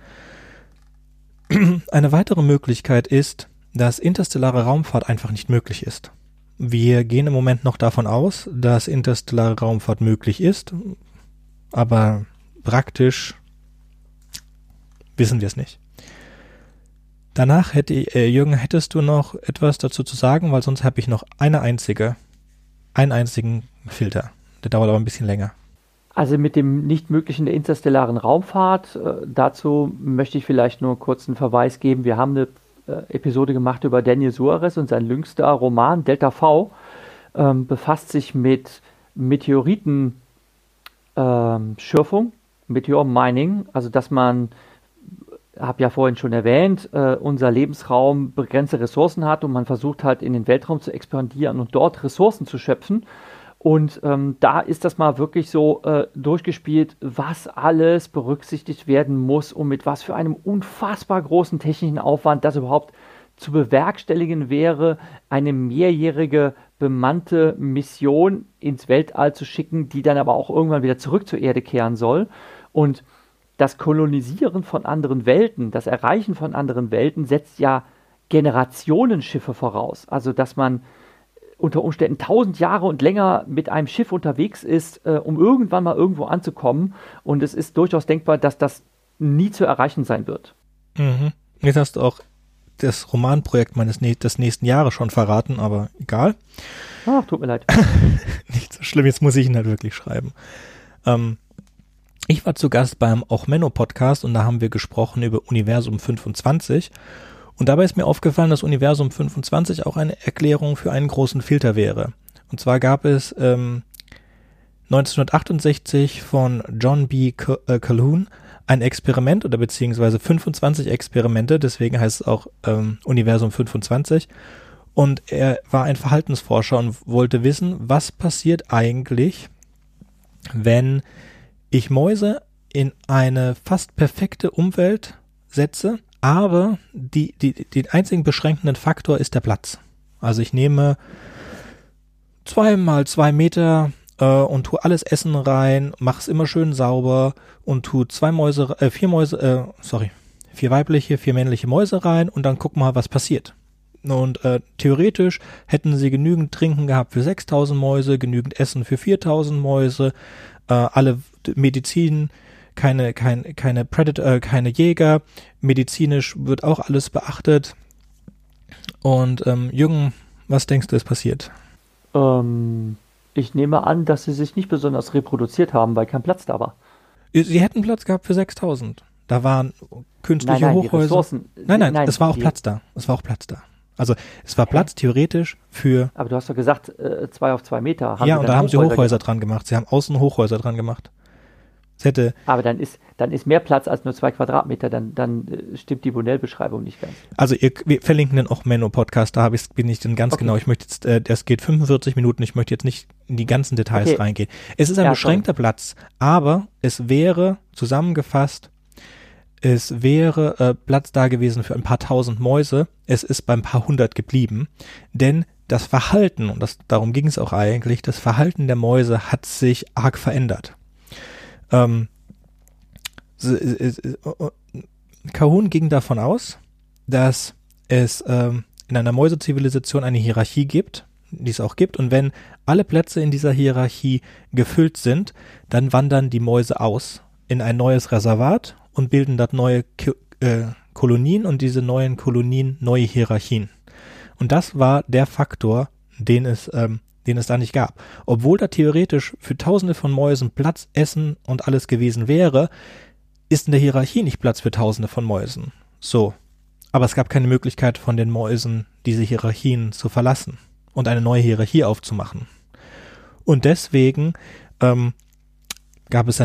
Speaker 1: Eine weitere Möglichkeit ist, dass interstellare Raumfahrt einfach nicht möglich ist. Wir gehen im Moment noch davon aus, dass interstellare Raumfahrt möglich ist, aber praktisch wissen wir es nicht. Danach Jürgen, hättest du noch etwas dazu zu sagen, weil sonst habe ich noch einen einzigen Filter. Der dauert aber ein bisschen länger.
Speaker 2: Also mit dem Nichtmöglichen der interstellaren Raumfahrt, dazu möchte ich vielleicht nur kurz einen Verweis geben. Wir haben eine Episode gemacht über Daniel Suarez und sein jüngster Roman Delta V, befasst sich mit Meteoritenschürfung, Meteor-Mining, also dass man, habe ja vorhin schon erwähnt, unser Lebensraum begrenzte Ressourcen hat und man versucht halt in den Weltraum zu expandieren und dort Ressourcen zu schöpfen. Und da ist das mal wirklich so durchgespielt, was alles berücksichtigt werden muss und mit was für einem unfassbar großen technischen Aufwand das überhaupt zu bewerkstelligen wäre, eine mehrjährige bemannte Mission ins Weltall zu schicken, die dann aber auch irgendwann wieder zurück zur Erde kehren soll. Und das Kolonisieren von anderen Welten, das Erreichen von anderen Welten setzt ja Generationenschiffe voraus. Also dass man unter Umständen 1000 Jahre und länger mit einem Schiff unterwegs ist, um irgendwann mal irgendwo anzukommen. Und es ist durchaus denkbar, dass das nie zu erreichen sein wird.
Speaker 1: Mhm. Jetzt hast du auch das Romanprojekt des nächsten Jahres schon verraten, aber egal.
Speaker 2: Ach, tut mir leid.
Speaker 1: Nicht so schlimm, jetzt muss ich ihn halt wirklich schreiben. Ich war zu Gast beim Auch Menno Podcast und da haben wir gesprochen über Universum 25 und dabei ist mir aufgefallen, dass Universum 25 auch eine Erklärung für einen großen Filter wäre. Und zwar gab es 1968 von John B. Calhoun ein Experiment oder beziehungsweise 25 Experimente, deswegen heißt es auch Universum 25. Und er war ein Verhaltensforscher und wollte wissen, was passiert eigentlich, wenn ich Mäuse in eine fast perfekte Umwelt setze, aber den einzigen beschränkenden Faktor ist der Platz. Also ich nehme 2 mal 2 Meter und tue alles Essen rein, mach's immer schön sauber und tue 4 weibliche, 4 männliche Mäuse rein und dann guck mal, was passiert. Und theoretisch hätten sie genügend Trinken gehabt für 6000 Mäuse, genügend Essen für 4000 Mäuse, alle Medizin, keine Predator, keine Jäger, medizinisch wird auch alles beachtet. Und Jürgen, was denkst du, ist passiert?
Speaker 2: Ich nehme an, dass sie sich nicht besonders reproduziert haben, weil kein Platz da war.
Speaker 1: Sie hätten Platz gehabt für 6000. Da waren künstliche Hochhäuser. Nein, es war auch Platz da. Es war auch Platz da. Also es war Platz theoretisch für...
Speaker 2: Aber du hast doch gesagt, 2 auf 2 Meter.
Speaker 1: Ja, und da haben sie Hochhäuser dran gemacht. Sie haben außen Hochhäuser dran gemacht.
Speaker 2: Aber dann ist mehr Platz als nur 2 Quadratmeter, dann stimmt die Bonnell-Beschreibung nicht ganz.
Speaker 1: Also wir verlinken den auch Menno-Podcast, da bin ich dann ganz genau, ich möchte jetzt, das geht 45 Minuten, ich möchte jetzt nicht in die ganzen Details reingehen. Es ist ein beschränkter Platz, aber es wäre, zusammengefasst, Platz da gewesen für ein paar tausend Mäuse, es ist beim paar hundert geblieben, denn das Verhalten, und darum ging es auch eigentlich, das Verhalten der Mäuse hat sich arg verändert. Calhoun ging davon aus, dass es in einer Mäusezivilisation eine Hierarchie gibt, die es auch gibt, und wenn alle Plätze in dieser Hierarchie gefüllt sind, dann wandern die Mäuse aus in ein neues Reservat und bilden dort neue Kolonien und diese neuen Kolonien neue Hierarchien. Und das war der Faktor, den es da nicht gab. Obwohl da theoretisch für Tausende von Mäusen Platz, Essen und alles gewesen wäre, ist in der Hierarchie nicht Platz für Tausende von Mäusen. So. Aber es gab keine Möglichkeit von den Mäusen, diese Hierarchien zu verlassen und eine neue Hierarchie aufzumachen. Und deswegen gab es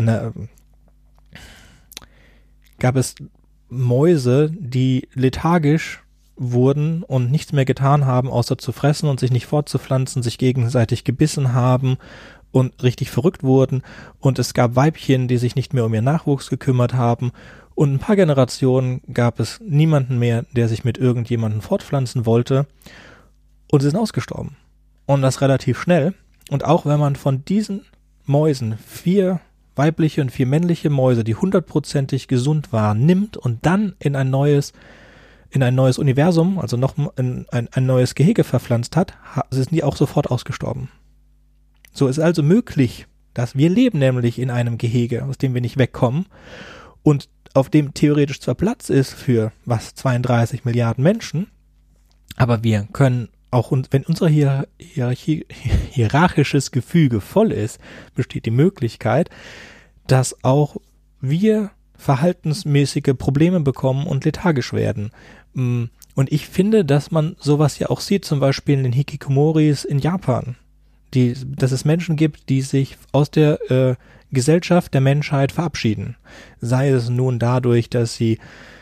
Speaker 1: Mäuse, die lethargisch wurden und nichts mehr getan haben, außer zu fressen und sich nicht fortzupflanzen, sich gegenseitig gebissen haben und richtig verrückt wurden. Und es gab Weibchen, die sich nicht mehr um ihren Nachwuchs gekümmert haben. Und ein paar Generationen gab es niemanden mehr, der sich mit irgendjemandem fortpflanzen wollte. Und sie sind ausgestorben. Und das relativ schnell. Und auch wenn man von diesen Mäusen 4 weibliche und 4 männliche Mäuse, die 100%ig gesund waren, nimmt und dann in ein neues Universum, also noch ein neues Gehege verpflanzt hat, sind die auch sofort ausgestorben. So ist also möglich, dass wir leben nämlich in einem Gehege, aus dem wir nicht wegkommen und auf dem theoretisch zwar Platz ist für 32 Milliarden Menschen, aber wir können auch, wenn unser hierarchisches Gefüge voll ist, besteht die Möglichkeit, dass auch wir verhaltensmäßige Probleme bekommen und lethargisch werden. Und ich finde, dass man sowas ja auch sieht, zum Beispiel in den Hikikomoris in Japan, dass es Menschen gibt, die sich aus der Gesellschaft der Menschheit verabschieden. Sei es nun dadurch, dass sie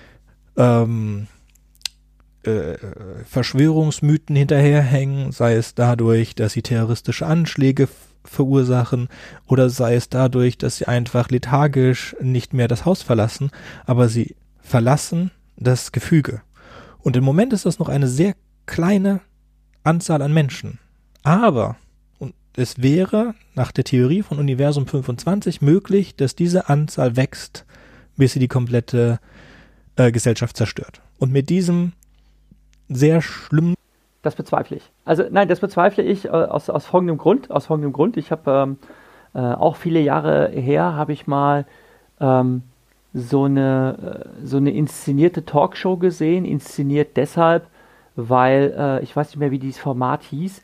Speaker 1: Verschwörungsmythen hinterherhängen, sei es dadurch, dass sie terroristische Anschläge verursachen oder sei es dadurch, dass sie einfach lethargisch nicht mehr das Haus verlassen, aber sie verlassen das Gefüge. Und im Moment ist das noch eine sehr kleine Anzahl an Menschen. Aber es wäre nach der Theorie von Universum 25 möglich, dass diese Anzahl wächst, bis sie die komplette Gesellschaft zerstört. Und mit diesem sehr schlimmen
Speaker 2: Das bezweifle ich. Also nein, das bezweifle ich aus folgendem Grund. Ich habe auch viele Jahre her habe ich mal so eine inszenierte Talkshow gesehen, inszeniert deshalb, weil ich weiß nicht mehr, wie dieses Format hieß,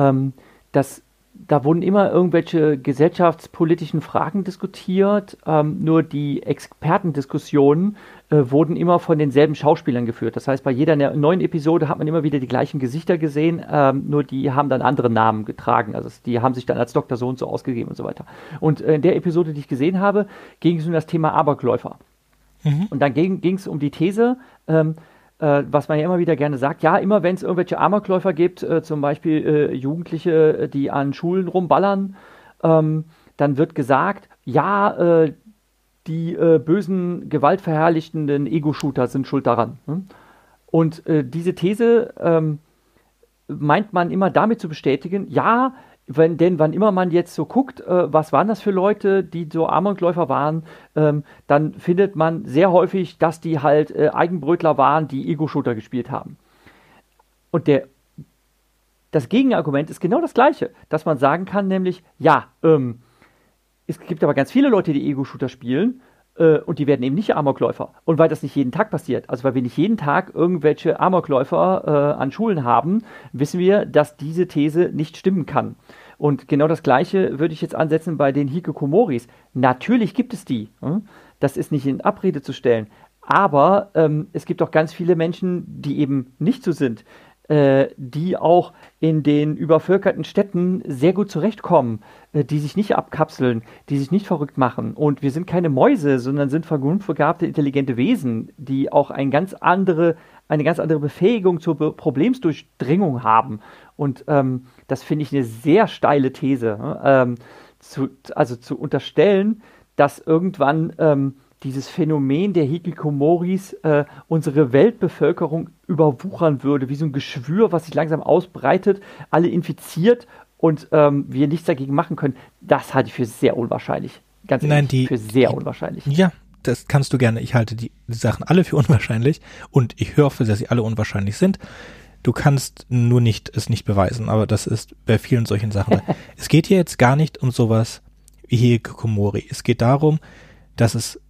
Speaker 2: da wurden immer irgendwelche gesellschaftspolitischen Fragen diskutiert, nur die Expertendiskussionen wurden immer von denselben Schauspielern geführt. Das heißt, bei jeder neuen Episode hat man immer wieder die gleichen Gesichter gesehen, nur die haben dann andere Namen getragen. Also die haben sich dann als Dr. so und so ausgegeben und so weiter. Und in der Episode, die ich gesehen habe, ging es um das Thema Abergläufer. Und dann ging es um die These, was man ja immer wieder gerne sagt, ja, immer wenn es irgendwelche Amokläufer gibt, zum Beispiel Jugendliche, die an Schulen rumballern, dann wird gesagt, ja, die bösen, gewaltverherrlichenden Ego-Shooter sind schuld daran. Und diese These meint man immer damit zu bestätigen, ja, denn wann immer man jetzt so guckt, was waren das für Leute, die so Amoklaufler waren, dann findet man sehr häufig, dass die halt Eigenbrötler waren, die Ego-Shooter gespielt haben. Und das Gegenargument ist genau das gleiche, dass man sagen kann, nämlich, ja, es gibt aber ganz viele Leute, die Ego-Shooter spielen, und die werden eben nicht Amokläufer. Und weil das nicht jeden Tag passiert, also weil wir nicht jeden Tag irgendwelche Amokläufer an Schulen haben, wissen wir, dass diese These nicht stimmen kann. Und genau das Gleiche würde ich jetzt ansetzen bei den Hikikomoris. Natürlich gibt es die. Das ist nicht in Abrede zu stellen. Aber es gibt auch ganz viele Menschen, die eben nicht so sind, die auch in den übervölkerten Städten sehr gut zurechtkommen, die sich nicht abkapseln, die sich nicht verrückt machen. Und wir sind keine Mäuse, sondern sind vernunftbegabte, intelligente Wesen, die auch eine ganz andere Befähigung zur Problemsdurchdringung haben. Und das finde ich eine sehr steile These. Zu unterstellen, dass irgendwann dieses Phänomen der Hikikomoris unsere Weltbevölkerung überwuchern würde, wie so ein Geschwür, was sich langsam ausbreitet, alle infiziert und wir nichts dagegen machen können, das halte ich für sehr unwahrscheinlich. Ganz ehrlich, für sehr unwahrscheinlich.
Speaker 1: Ja, das kannst du gerne. Ich halte die Sachen alle für unwahrscheinlich und ich hoffe, dass sie alle unwahrscheinlich sind. Du kannst nur es nicht beweisen, aber das ist bei vielen solchen Sachen. Es geht hier jetzt gar nicht um sowas wie Hikikomori. Es geht darum, dass es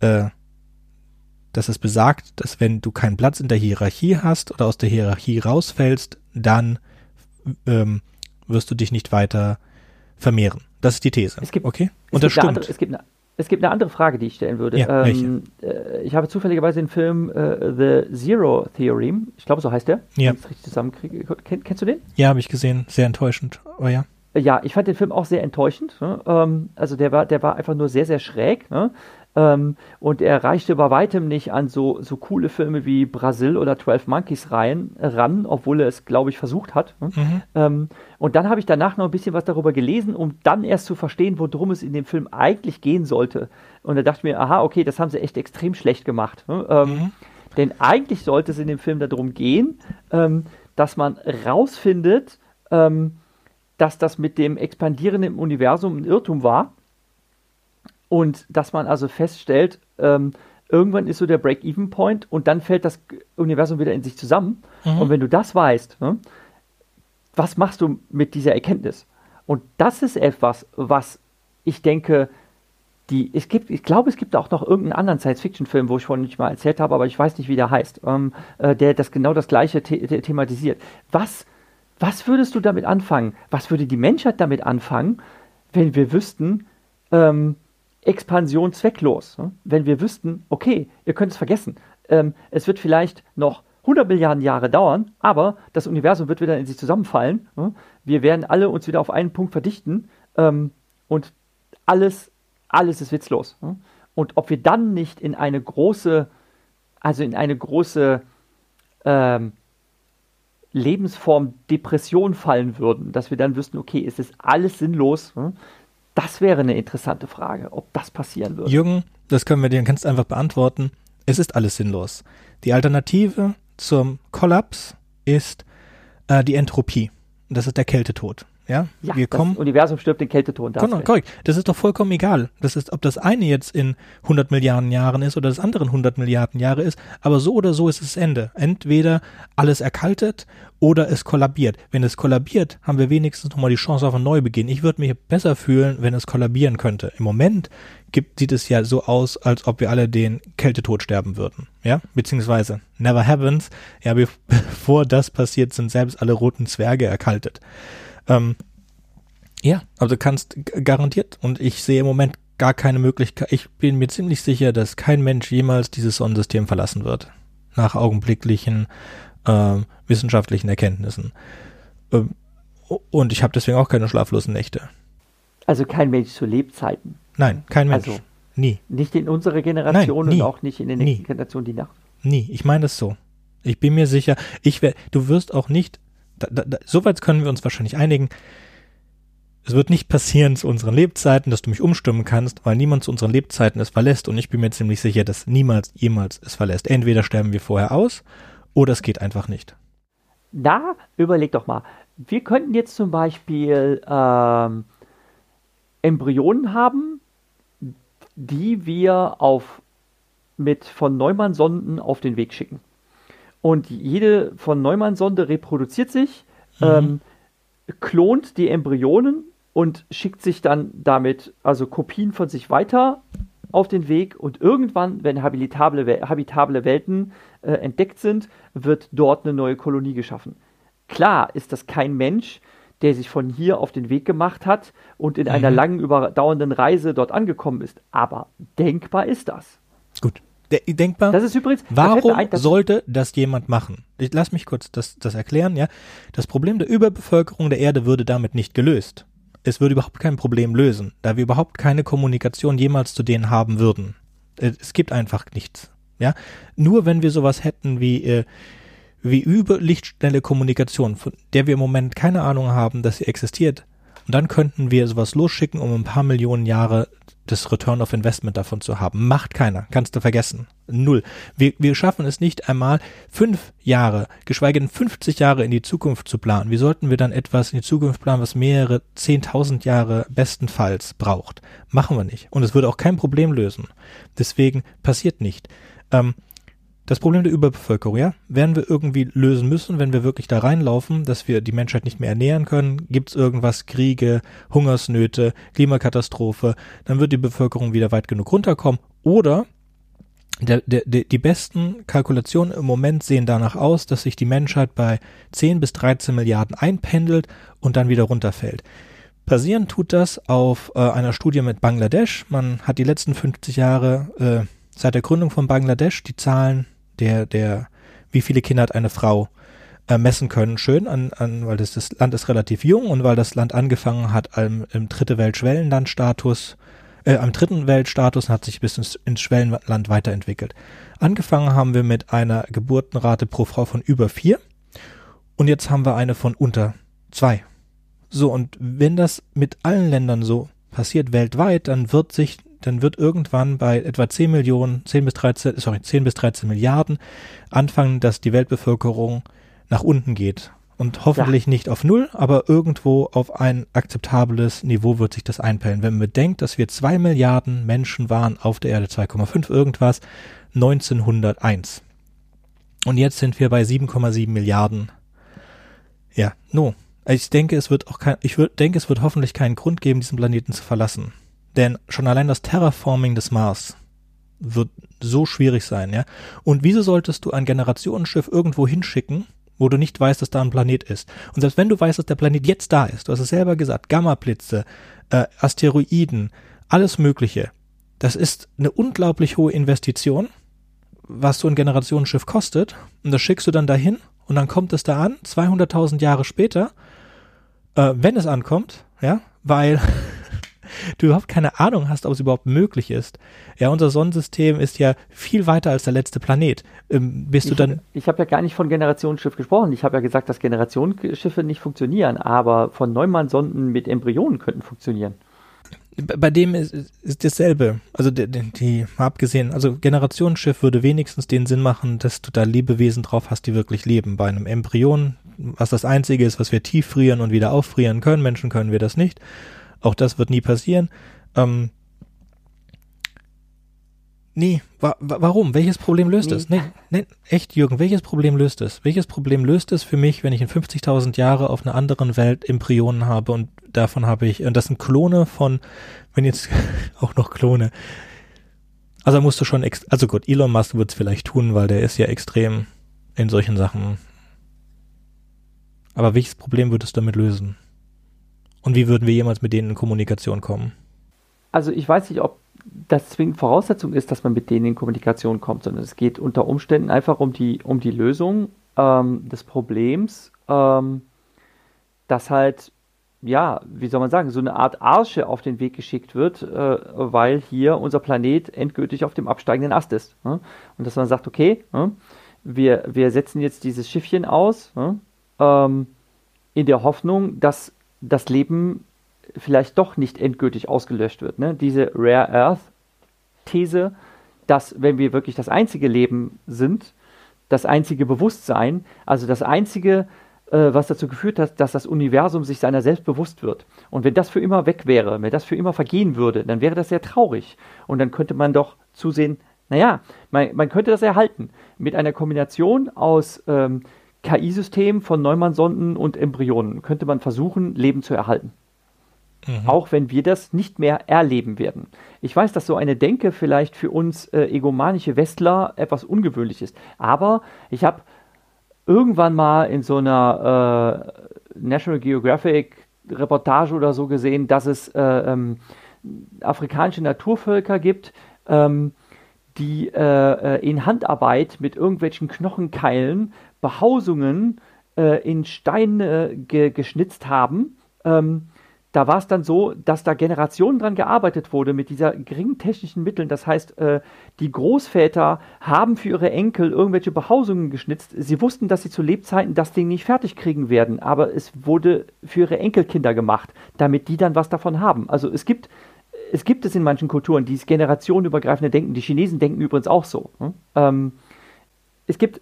Speaker 1: besagt, dass wenn du keinen Platz in der Hierarchie hast oder aus der Hierarchie rausfällst, dann wirst du dich nicht weiter vermehren. Das ist die These. Und das stimmt.
Speaker 2: Es gibt eine andere Frage, die ich stellen würde.
Speaker 1: Ja,
Speaker 2: ich habe zufälligerweise den Film The Zero Theorem, ich glaube, so heißt der,
Speaker 1: ja.
Speaker 2: wenn ich es richtig zusammenkriege. Kennst du den?
Speaker 1: Ja, habe ich gesehen. Sehr enttäuschend, aber ja.
Speaker 2: Ja, ich fand den Film auch sehr enttäuschend. Ne? Also der war einfach nur sehr, sehr schräg. Ne? Und er reichte bei weitem nicht an so coole Filme wie Brasil oder 12 Monkeys ran, obwohl er es, glaube ich, versucht hat. Ne? Und dann habe ich danach noch ein bisschen was darüber gelesen, um dann erst zu verstehen, worum es in dem Film eigentlich gehen sollte. Und da dachte ich mir, aha, okay, das haben sie echt extrem schlecht gemacht. Ne? Denn eigentlich sollte es in dem Film darum gehen, dass man rausfindet, dass das mit dem Expandierenden im Universum ein Irrtum war und dass man also feststellt, irgendwann ist so der Break-Even-Point und dann fällt das Universum wieder in sich zusammen. Und wenn du das weißt, ne, was machst du mit dieser Erkenntnis? Und das ist etwas, was ich denke, ich glaube, es gibt auch noch irgendeinen anderen Science-Fiction-Film, wo ich vorhin nicht mal erzählt habe, aber ich weiß nicht, wie der heißt, der das genau das Gleiche thematisiert. Was würdest du damit anfangen? Was würde die Menschheit damit anfangen, wenn wir wüssten, Expansion zwecklos? Ne? Wenn wir wüssten, okay, ihr könnt es vergessen. Es wird vielleicht noch 100 Milliarden Jahre dauern, aber das Universum wird wieder in sich zusammenfallen. Ne? Wir werden alle uns wieder auf einen Punkt verdichten und alles ist witzlos. Ne? Und ob wir dann nicht in eine große Lebensform Depression fallen würden, dass wir dann wüssten, okay, es ist alles sinnlos, das wäre eine interessante Frage, ob das passieren würde.
Speaker 1: Jürgen, das kannst du einfach beantworten. Es ist alles sinnlos. Die Alternative zum Kollaps ist die Entropie. Das ist der Kältetod. Ja,
Speaker 2: Ja,
Speaker 1: wir
Speaker 2: das
Speaker 1: kommen.
Speaker 2: Universum stirbt den Kältetod.
Speaker 1: Genau, korrekt. Das ist doch vollkommen egal. Das ist, ob das eine jetzt in 100 Milliarden Jahren ist oder das andere in 100 Milliarden Jahre ist. Aber so oder so ist es das Ende. Entweder alles erkaltet oder es kollabiert. Wenn es kollabiert, haben wir wenigstens nochmal die Chance auf einen Neubeginn. Ich würde mich besser fühlen, wenn es kollabieren könnte. Im Moment sieht es ja so aus, als ob wir alle den Kältetod sterben würden. Ja, beziehungsweise never happens. Ja, bevor das passiert, sind selbst alle roten Zwerge erkaltet. Ja, also du kannst garantiert, und ich sehe im Moment gar keine Möglichkeit, ich bin mir ziemlich sicher, dass kein Mensch jemals dieses Sonnensystem verlassen wird, nach augenblicklichen wissenschaftlichen Erkenntnissen. Und ich habe deswegen auch keine schlaflosen Nächte.
Speaker 2: Also kein Mensch zu Lebzeiten.
Speaker 1: Nein, kein Mensch.
Speaker 2: Also
Speaker 1: nie.
Speaker 2: Nicht in unserer Generation.
Speaker 1: Nein, nie.
Speaker 2: Und auch nicht in den nächsten Generationen, die nach.
Speaker 1: Nie, ich meine das so. Ich bin mir sicher, du wirst auch nicht, soweit können wir uns wahrscheinlich einigen, es wird nicht passieren zu unseren Lebzeiten, dass du mich umstimmen kannst, weil niemand zu unseren Lebzeiten es verlässt und ich bin mir ziemlich sicher, dass niemals, jemals es verlässt. Entweder sterben wir vorher aus oder es geht einfach nicht.
Speaker 2: Na, überleg doch mal. Wir könnten jetzt zum Beispiel Embryonen haben, die wir mit von Neumann-Sonden auf den Weg schicken. Und jede von Neumann-Sonde reproduziert sich, klont die Embryonen und schickt sich dann damit, also Kopien von sich weiter auf den Weg und irgendwann, wenn habitable Welten entdeckt sind, wird dort eine neue Kolonie geschaffen. Klar ist das kein Mensch, der sich von hier auf den Weg gemacht hat und in einer langen, überdauernden Reise dort angekommen ist. Aber denkbar ist das.
Speaker 1: Gut. Denkbar.
Speaker 2: Das ist übrigens.
Speaker 1: Warum sollte das jemand machen? Lass mich kurz das erklären, ja. Das Problem der Überbevölkerung der Erde würde damit nicht gelöst. Es würde überhaupt kein Problem lösen, da wir überhaupt keine Kommunikation jemals zu denen haben würden. Es gibt einfach nichts, ja. Nur wenn wir sowas hätten wie überlichtschnelle Kommunikation, von der wir im Moment keine Ahnung haben, dass sie existiert, und dann könnten wir sowas losschicken, um ein paar Millionen Jahre das Return of Investment davon zu haben. Macht keiner. Kannst du vergessen. Null. Wir schaffen es nicht einmal 5 Jahre, geschweige denn 50 Jahre in die Zukunft zu planen. Wie sollten wir dann etwas in die Zukunft planen, was mehrere 10.000 Jahre bestenfalls braucht? Machen wir nicht. Und es würde auch kein Problem lösen. Deswegen passiert nicht. Das Problem der Überbevölkerung, ja, werden wir irgendwie lösen müssen, wenn wir wirklich da reinlaufen, dass wir die Menschheit nicht mehr ernähren können. Gibt es irgendwas, Kriege, Hungersnöte, Klimakatastrophe, dann wird die Bevölkerung wieder weit genug runterkommen. Oder die besten Kalkulationen im Moment sehen danach aus, dass sich die Menschheit bei 10 bis 13 Milliarden einpendelt und dann wieder runterfällt. Basieren tut das auf einer Studie mit Bangladesch. Man hat die letzten 50 Jahre seit der Gründung von Bangladesch die Zahlen wie viele Kinder hat eine Frau messen können, schön, weil das Land ist relativ jung und weil das Land angefangen hat im dritten Weltstatus und hat sich bis ins Schwellenland weiterentwickelt. Angefangen haben wir mit einer Geburtenrate pro Frau von über 4 und jetzt haben wir eine von unter 2. So, und wenn das mit allen Ländern so passiert weltweit, dann wird irgendwann bei etwa 10 bis 13 Milliarden anfangen, dass die Weltbevölkerung nach unten geht. Und hoffentlich nicht auf 0, aber irgendwo auf ein akzeptables Niveau wird sich das einpellen. Wenn man bedenkt, dass wir 2 Milliarden Menschen waren auf der Erde, 2,5 irgendwas, 1901. Und jetzt sind wir bei 7,7 Milliarden. Ja, Ich denke, es wird hoffentlich keinen Grund geben, diesen Planeten zu verlassen. Denn schon allein das Terraforming des Mars wird so schwierig sein, ja. Und wieso solltest du ein Generationenschiff irgendwo hinschicken, wo du nicht weißt, dass da ein Planet ist? Und selbst wenn du weißt, dass der Planet jetzt da ist, du hast es selber gesagt, Gammablitze, Asteroiden, alles Mögliche, das ist eine unglaublich hohe Investition, was so ein Generationenschiff kostet, und das schickst du dann dahin und dann kommt es da an, 200.000 Jahre später, wenn es ankommt, ja, weil du überhaupt keine Ahnung hast, ob es überhaupt möglich ist. Ja, unser Sonnensystem ist ja viel weiter als der letzte Planet. Ich habe ja gar nicht von Generationsschiff gesprochen. Ich habe ja gesagt, dass Generationsschiffe nicht funktionieren, aber von Neumann-Sonden mit Embryonen könnten funktionieren. bei dem ist dasselbe. Also die mal abgesehen, also Generationsschiff würde wenigstens den Sinn machen, dass du da Lebewesen drauf hast, die wirklich leben. Bei einem Embryon, was das Einzige ist, was wir tief frieren und wieder auffrieren können, Menschen können wir das nicht. Auch das wird nie passieren. Nee, warum? Welches Problem löst es? Nee, echt, Jürgen, welches Problem löst es? Welches Problem löst es für mich, wenn ich in 50.000 Jahre auf einer anderen Welt Embryonen habe und davon habe ich, und das sind Klone von, wenn jetzt auch noch Klone. Also musst du schon, also gut, Elon Musk wird es vielleicht tun, weil der ist ja extrem in solchen Sachen. Aber welches Problem würdest du damit lösen? Und wie würden wir jemals mit denen in Kommunikation kommen?
Speaker 2: Also ich weiß nicht, ob das zwingend Voraussetzung ist, dass man mit denen in Kommunikation kommt, sondern es geht unter Umständen einfach um die Lösung des Problems, dass halt, ja, wie soll man sagen, so eine Art Arche auf den Weg geschickt wird, weil hier unser Planet endgültig auf dem absteigenden Ast ist. Und dass man sagt, okay, wir setzen jetzt dieses Schiffchen aus, in der Hoffnung, dass das Leben vielleicht doch nicht endgültig ausgelöscht wird. Ne? Diese Rare Earth-These, dass wenn wir wirklich das einzige Leben sind, das einzige Bewusstsein, also das einzige, was dazu geführt hat, dass das Universum sich seiner selbst bewusst wird. Und wenn das für immer weg wäre, wenn das für immer vergehen würde, dann wäre das sehr traurig. Und dann könnte man doch zusehen, naja, man könnte das erhalten. Mit einer Kombination aus KI-Systemen von Neumann-Sonden und Embryonen könnte man versuchen, Leben zu erhalten. Auch wenn wir das nicht mehr erleben werden. Ich weiß, dass so eine Denke vielleicht für uns egomanische Westler etwas ungewöhnlich ist. Aber ich habe irgendwann mal in so einer National Geographic Reportage oder so gesehen, dass es afrikanische Naturvölker gibt, die in Handarbeit mit irgendwelchen Knochenkeilen Behausungen in Stein geschnitzt haben. Da war es dann so, dass da Generationen dran gearbeitet wurde mit dieser geringen technischen Mitteln. Das heißt, die Großväter haben für ihre Enkel irgendwelche Behausungen geschnitzt. Sie wussten, dass sie zu Lebzeiten das Ding nicht fertig kriegen werden, aber es wurde für ihre Enkelkinder gemacht, damit die dann was davon haben. Also es gibt es in manchen Kulturen, dieses generationenübergreifende Denken. Die Chinesen denken übrigens auch so. Es gibt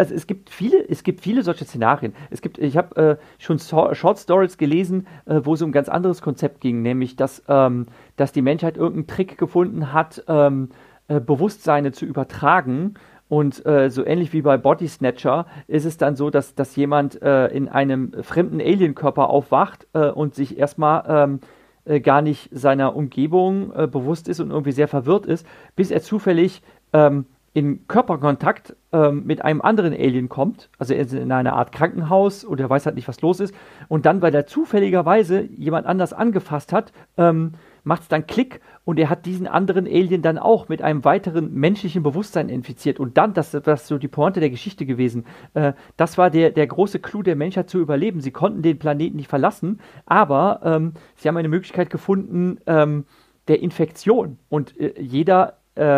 Speaker 2: viele solche Szenarien. Ich habe schon Short Stories gelesen, wo es um ein ganz anderes Konzept ging, nämlich, dass die Menschheit irgendeinen Trick gefunden hat, Bewusstseine zu übertragen. Und so ähnlich wie bei Body Snatcher ist es dann so, dass jemand in einem fremden Alienkörper aufwacht und sich erstmal gar nicht seiner Umgebung bewusst ist und irgendwie sehr verwirrt ist, bis er zufällig in Körperkontakt mit einem anderen Alien kommt, also er ist in einer Art Krankenhaus und er weiß halt nicht, was los ist, und dann, weil er zufälligerweise jemand anders angefasst hat, macht es dann Klick und er hat diesen anderen Alien dann auch mit einem weiteren menschlichen Bewusstsein infiziert. Und dann, das ist so die Pointe der Geschichte gewesen, das war der große Clou der Menschheit zu überleben. Sie konnten den Planeten nicht verlassen, aber sie haben eine Möglichkeit gefunden der Infektion, und jeder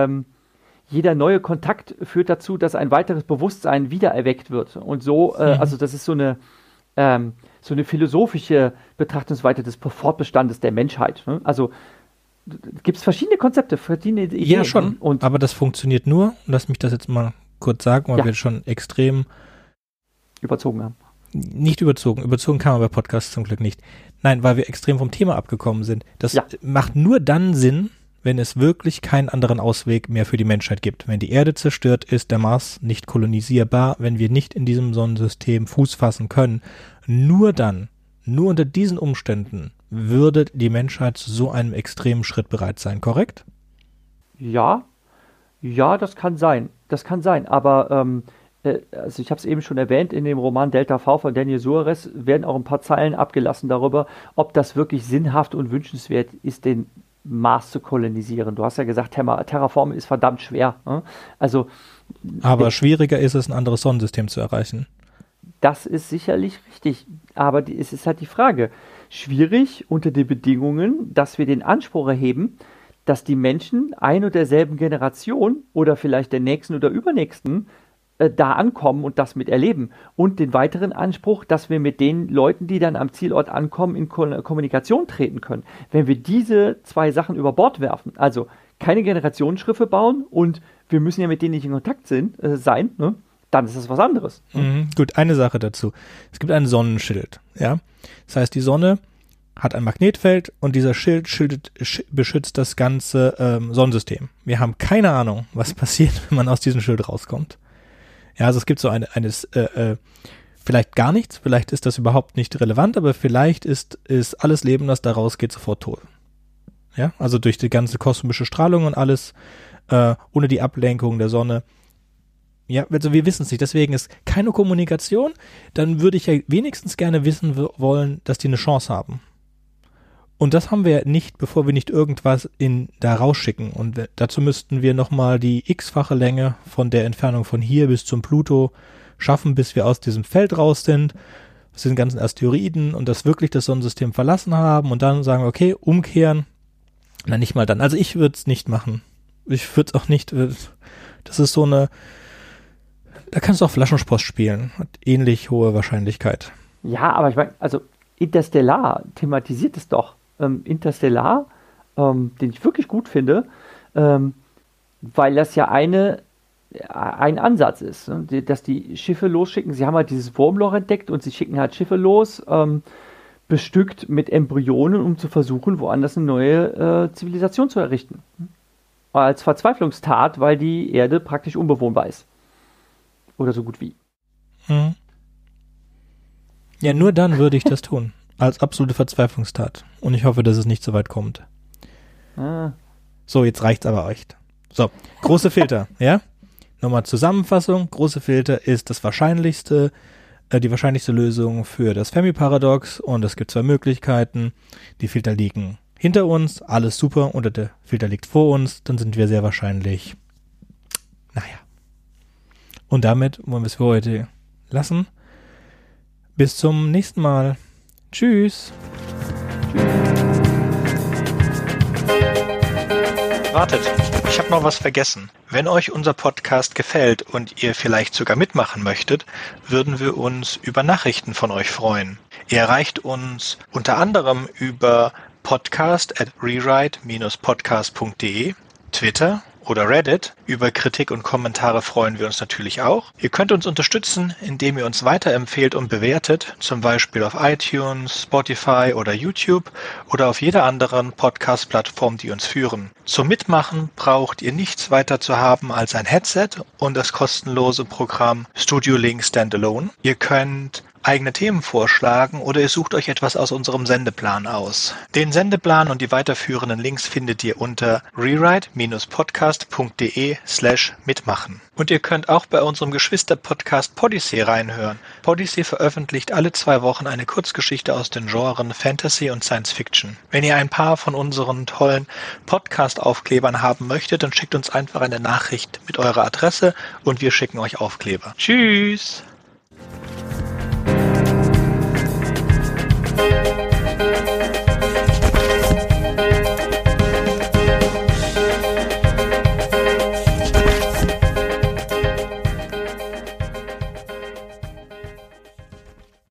Speaker 2: neue Kontakt führt dazu, dass ein weiteres Bewusstsein wiedererweckt wird. Und so, also das ist so eine philosophische Betrachtungsweise des Fortbestandes der Menschheit. Ne? Also gibt es verschiedene Konzepte, verschiedene Ideen.
Speaker 1: Ja, schon. Aber das funktioniert nur, lass mich das jetzt mal kurz sagen, weil wir schon extrem
Speaker 2: überzogen haben.
Speaker 1: Nicht überzogen. Überzogen kann man bei Podcasts zum Glück nicht. Nein, weil wir extrem vom Thema abgekommen sind. Das macht nur dann Sinn, wenn es wirklich keinen anderen Ausweg mehr für die Menschheit gibt. Wenn die Erde zerstört ist, der Mars nicht kolonisierbar, wenn wir nicht in diesem Sonnensystem Fuß fassen können, nur dann, nur unter diesen Umständen würde die Menschheit zu so einem extremen Schritt bereit sein, korrekt?
Speaker 2: Ja, das kann sein. Aber also ich habe es eben schon erwähnt, in dem Roman Delta V von Daniel Suarez werden auch ein paar Zeilen abgelassen darüber, ob das wirklich sinnhaft und wünschenswert ist, den Mars zu kolonisieren. Du hast ja gesagt, Terraform ist verdammt schwer. Ne? Aber
Speaker 1: schwieriger ist es, ein anderes Sonnensystem zu erreichen.
Speaker 2: Das ist sicherlich richtig, aber es ist halt die Frage, schwierig unter den Bedingungen, dass wir den Anspruch erheben, dass die Menschen ein und derselben Generation oder vielleicht der nächsten oder übernächsten da ankommen und das miterleben. Und den weiteren Anspruch, dass wir mit den Leuten, die dann am Zielort ankommen, in Kommunikation treten können. Wenn wir diese 2 Sachen über Bord werfen, also keine Generationsschiffe bauen und wir müssen ja mit denen nicht in Kontakt sein, ne? Dann ist das was anderes.
Speaker 1: Gut, eine Sache dazu. Es gibt ein Sonnenschild, ja. Das heißt, die Sonne hat ein Magnetfeld und dieser Schild beschützt das ganze Sonnensystem. Wir haben keine Ahnung, was passiert, wenn man aus diesem Schild rauskommt. Ja, also es gibt so vielleicht gar nichts, vielleicht ist das überhaupt nicht relevant, aber vielleicht ist alles Leben, das da rausgeht, sofort tot. Ja, also durch die ganze kosmische Strahlung und alles, ohne die Ablenkung der Sonne. Ja, also wir wissen es nicht, deswegen ist keine Kommunikation, dann würde ich ja wenigstens gerne wissen wollen, dass die eine Chance haben. Und das haben wir nicht, bevor wir nicht irgendwas da rausschicken. Und dazu müssten wir nochmal die x-fache Länge von der Entfernung von hier bis zum Pluto schaffen, bis wir aus diesem Feld raus sind, aus den ganzen Asteroiden und das wirklich das Sonnensystem verlassen haben und dann sagen, okay, umkehren. Na, nicht mal dann. Also ich würde es nicht machen. Ich würde es auch nicht, das ist so eine, da kannst du auch Flaschenspost spielen. Hat ähnlich hohe Wahrscheinlichkeit.
Speaker 2: Ja, aber ich meine, also Interstellar thematisiert es doch. Interstellar, den ich wirklich gut finde, weil das ja ein Ansatz ist, ne? Dass die Schiffe losschicken. Sie haben halt dieses Wurmloch entdeckt und sie schicken halt Schiffe los, bestückt mit Embryonen, um zu versuchen, woanders eine neue Zivilisation zu errichten. Als Verzweiflungstat, weil die Erde praktisch unbewohnbar ist. Oder so gut wie.
Speaker 1: Mhm. Ja, nur dann würde ich das tun. Als absolute Verzweiflungstat. Und ich hoffe, dass es nicht so weit kommt. So, jetzt reicht's aber echt. So, große Filter, ja? Nochmal Zusammenfassung. Große Filter ist das wahrscheinlichste, die wahrscheinlichste Lösung für das Fermi-Paradox. Und es gibt 2 Möglichkeiten. Die Filter liegen hinter uns, alles super. Oder der Filter liegt vor uns, dann sind wir sehr wahrscheinlich, naja. Und damit wollen wir es für heute lassen. Bis zum nächsten Mal. Tschüss.
Speaker 3: Wartet, ich habe noch was vergessen. Wenn euch unser Podcast gefällt und ihr vielleicht sogar mitmachen möchtet, würden wir uns über Nachrichten von euch freuen. Ihr erreicht uns unter anderem über podcast@rewrite-podcast.de, Twitter oder Reddit. Über Kritik und Kommentare freuen wir uns natürlich auch. Ihr könnt uns unterstützen, indem ihr uns weiterempfehlt und bewertet, zum Beispiel auf iTunes, Spotify oder YouTube oder auf jeder anderen Podcast-Plattform, die uns führen. Zum Mitmachen braucht ihr nichts weiter zu haben als ein Headset und das kostenlose Programm Studio Link Standalone. Ihr könnt eigene Themen vorschlagen oder ihr sucht euch etwas aus unserem Sendeplan aus. Den Sendeplan und die weiterführenden Links findet ihr unter rewrite-podcast.de/mitmachen. Und ihr könnt auch bei unserem Geschwister-Podcast Podyssey reinhören. Podyssey veröffentlicht alle 2 Wochen eine Kurzgeschichte aus den Genren Fantasy und Science Fiction. Wenn ihr ein paar von unseren tollen Podcast-Aufklebern haben möchtet, dann schickt uns einfach eine Nachricht mit eurer Adresse und wir schicken euch Aufkleber. Tschüss!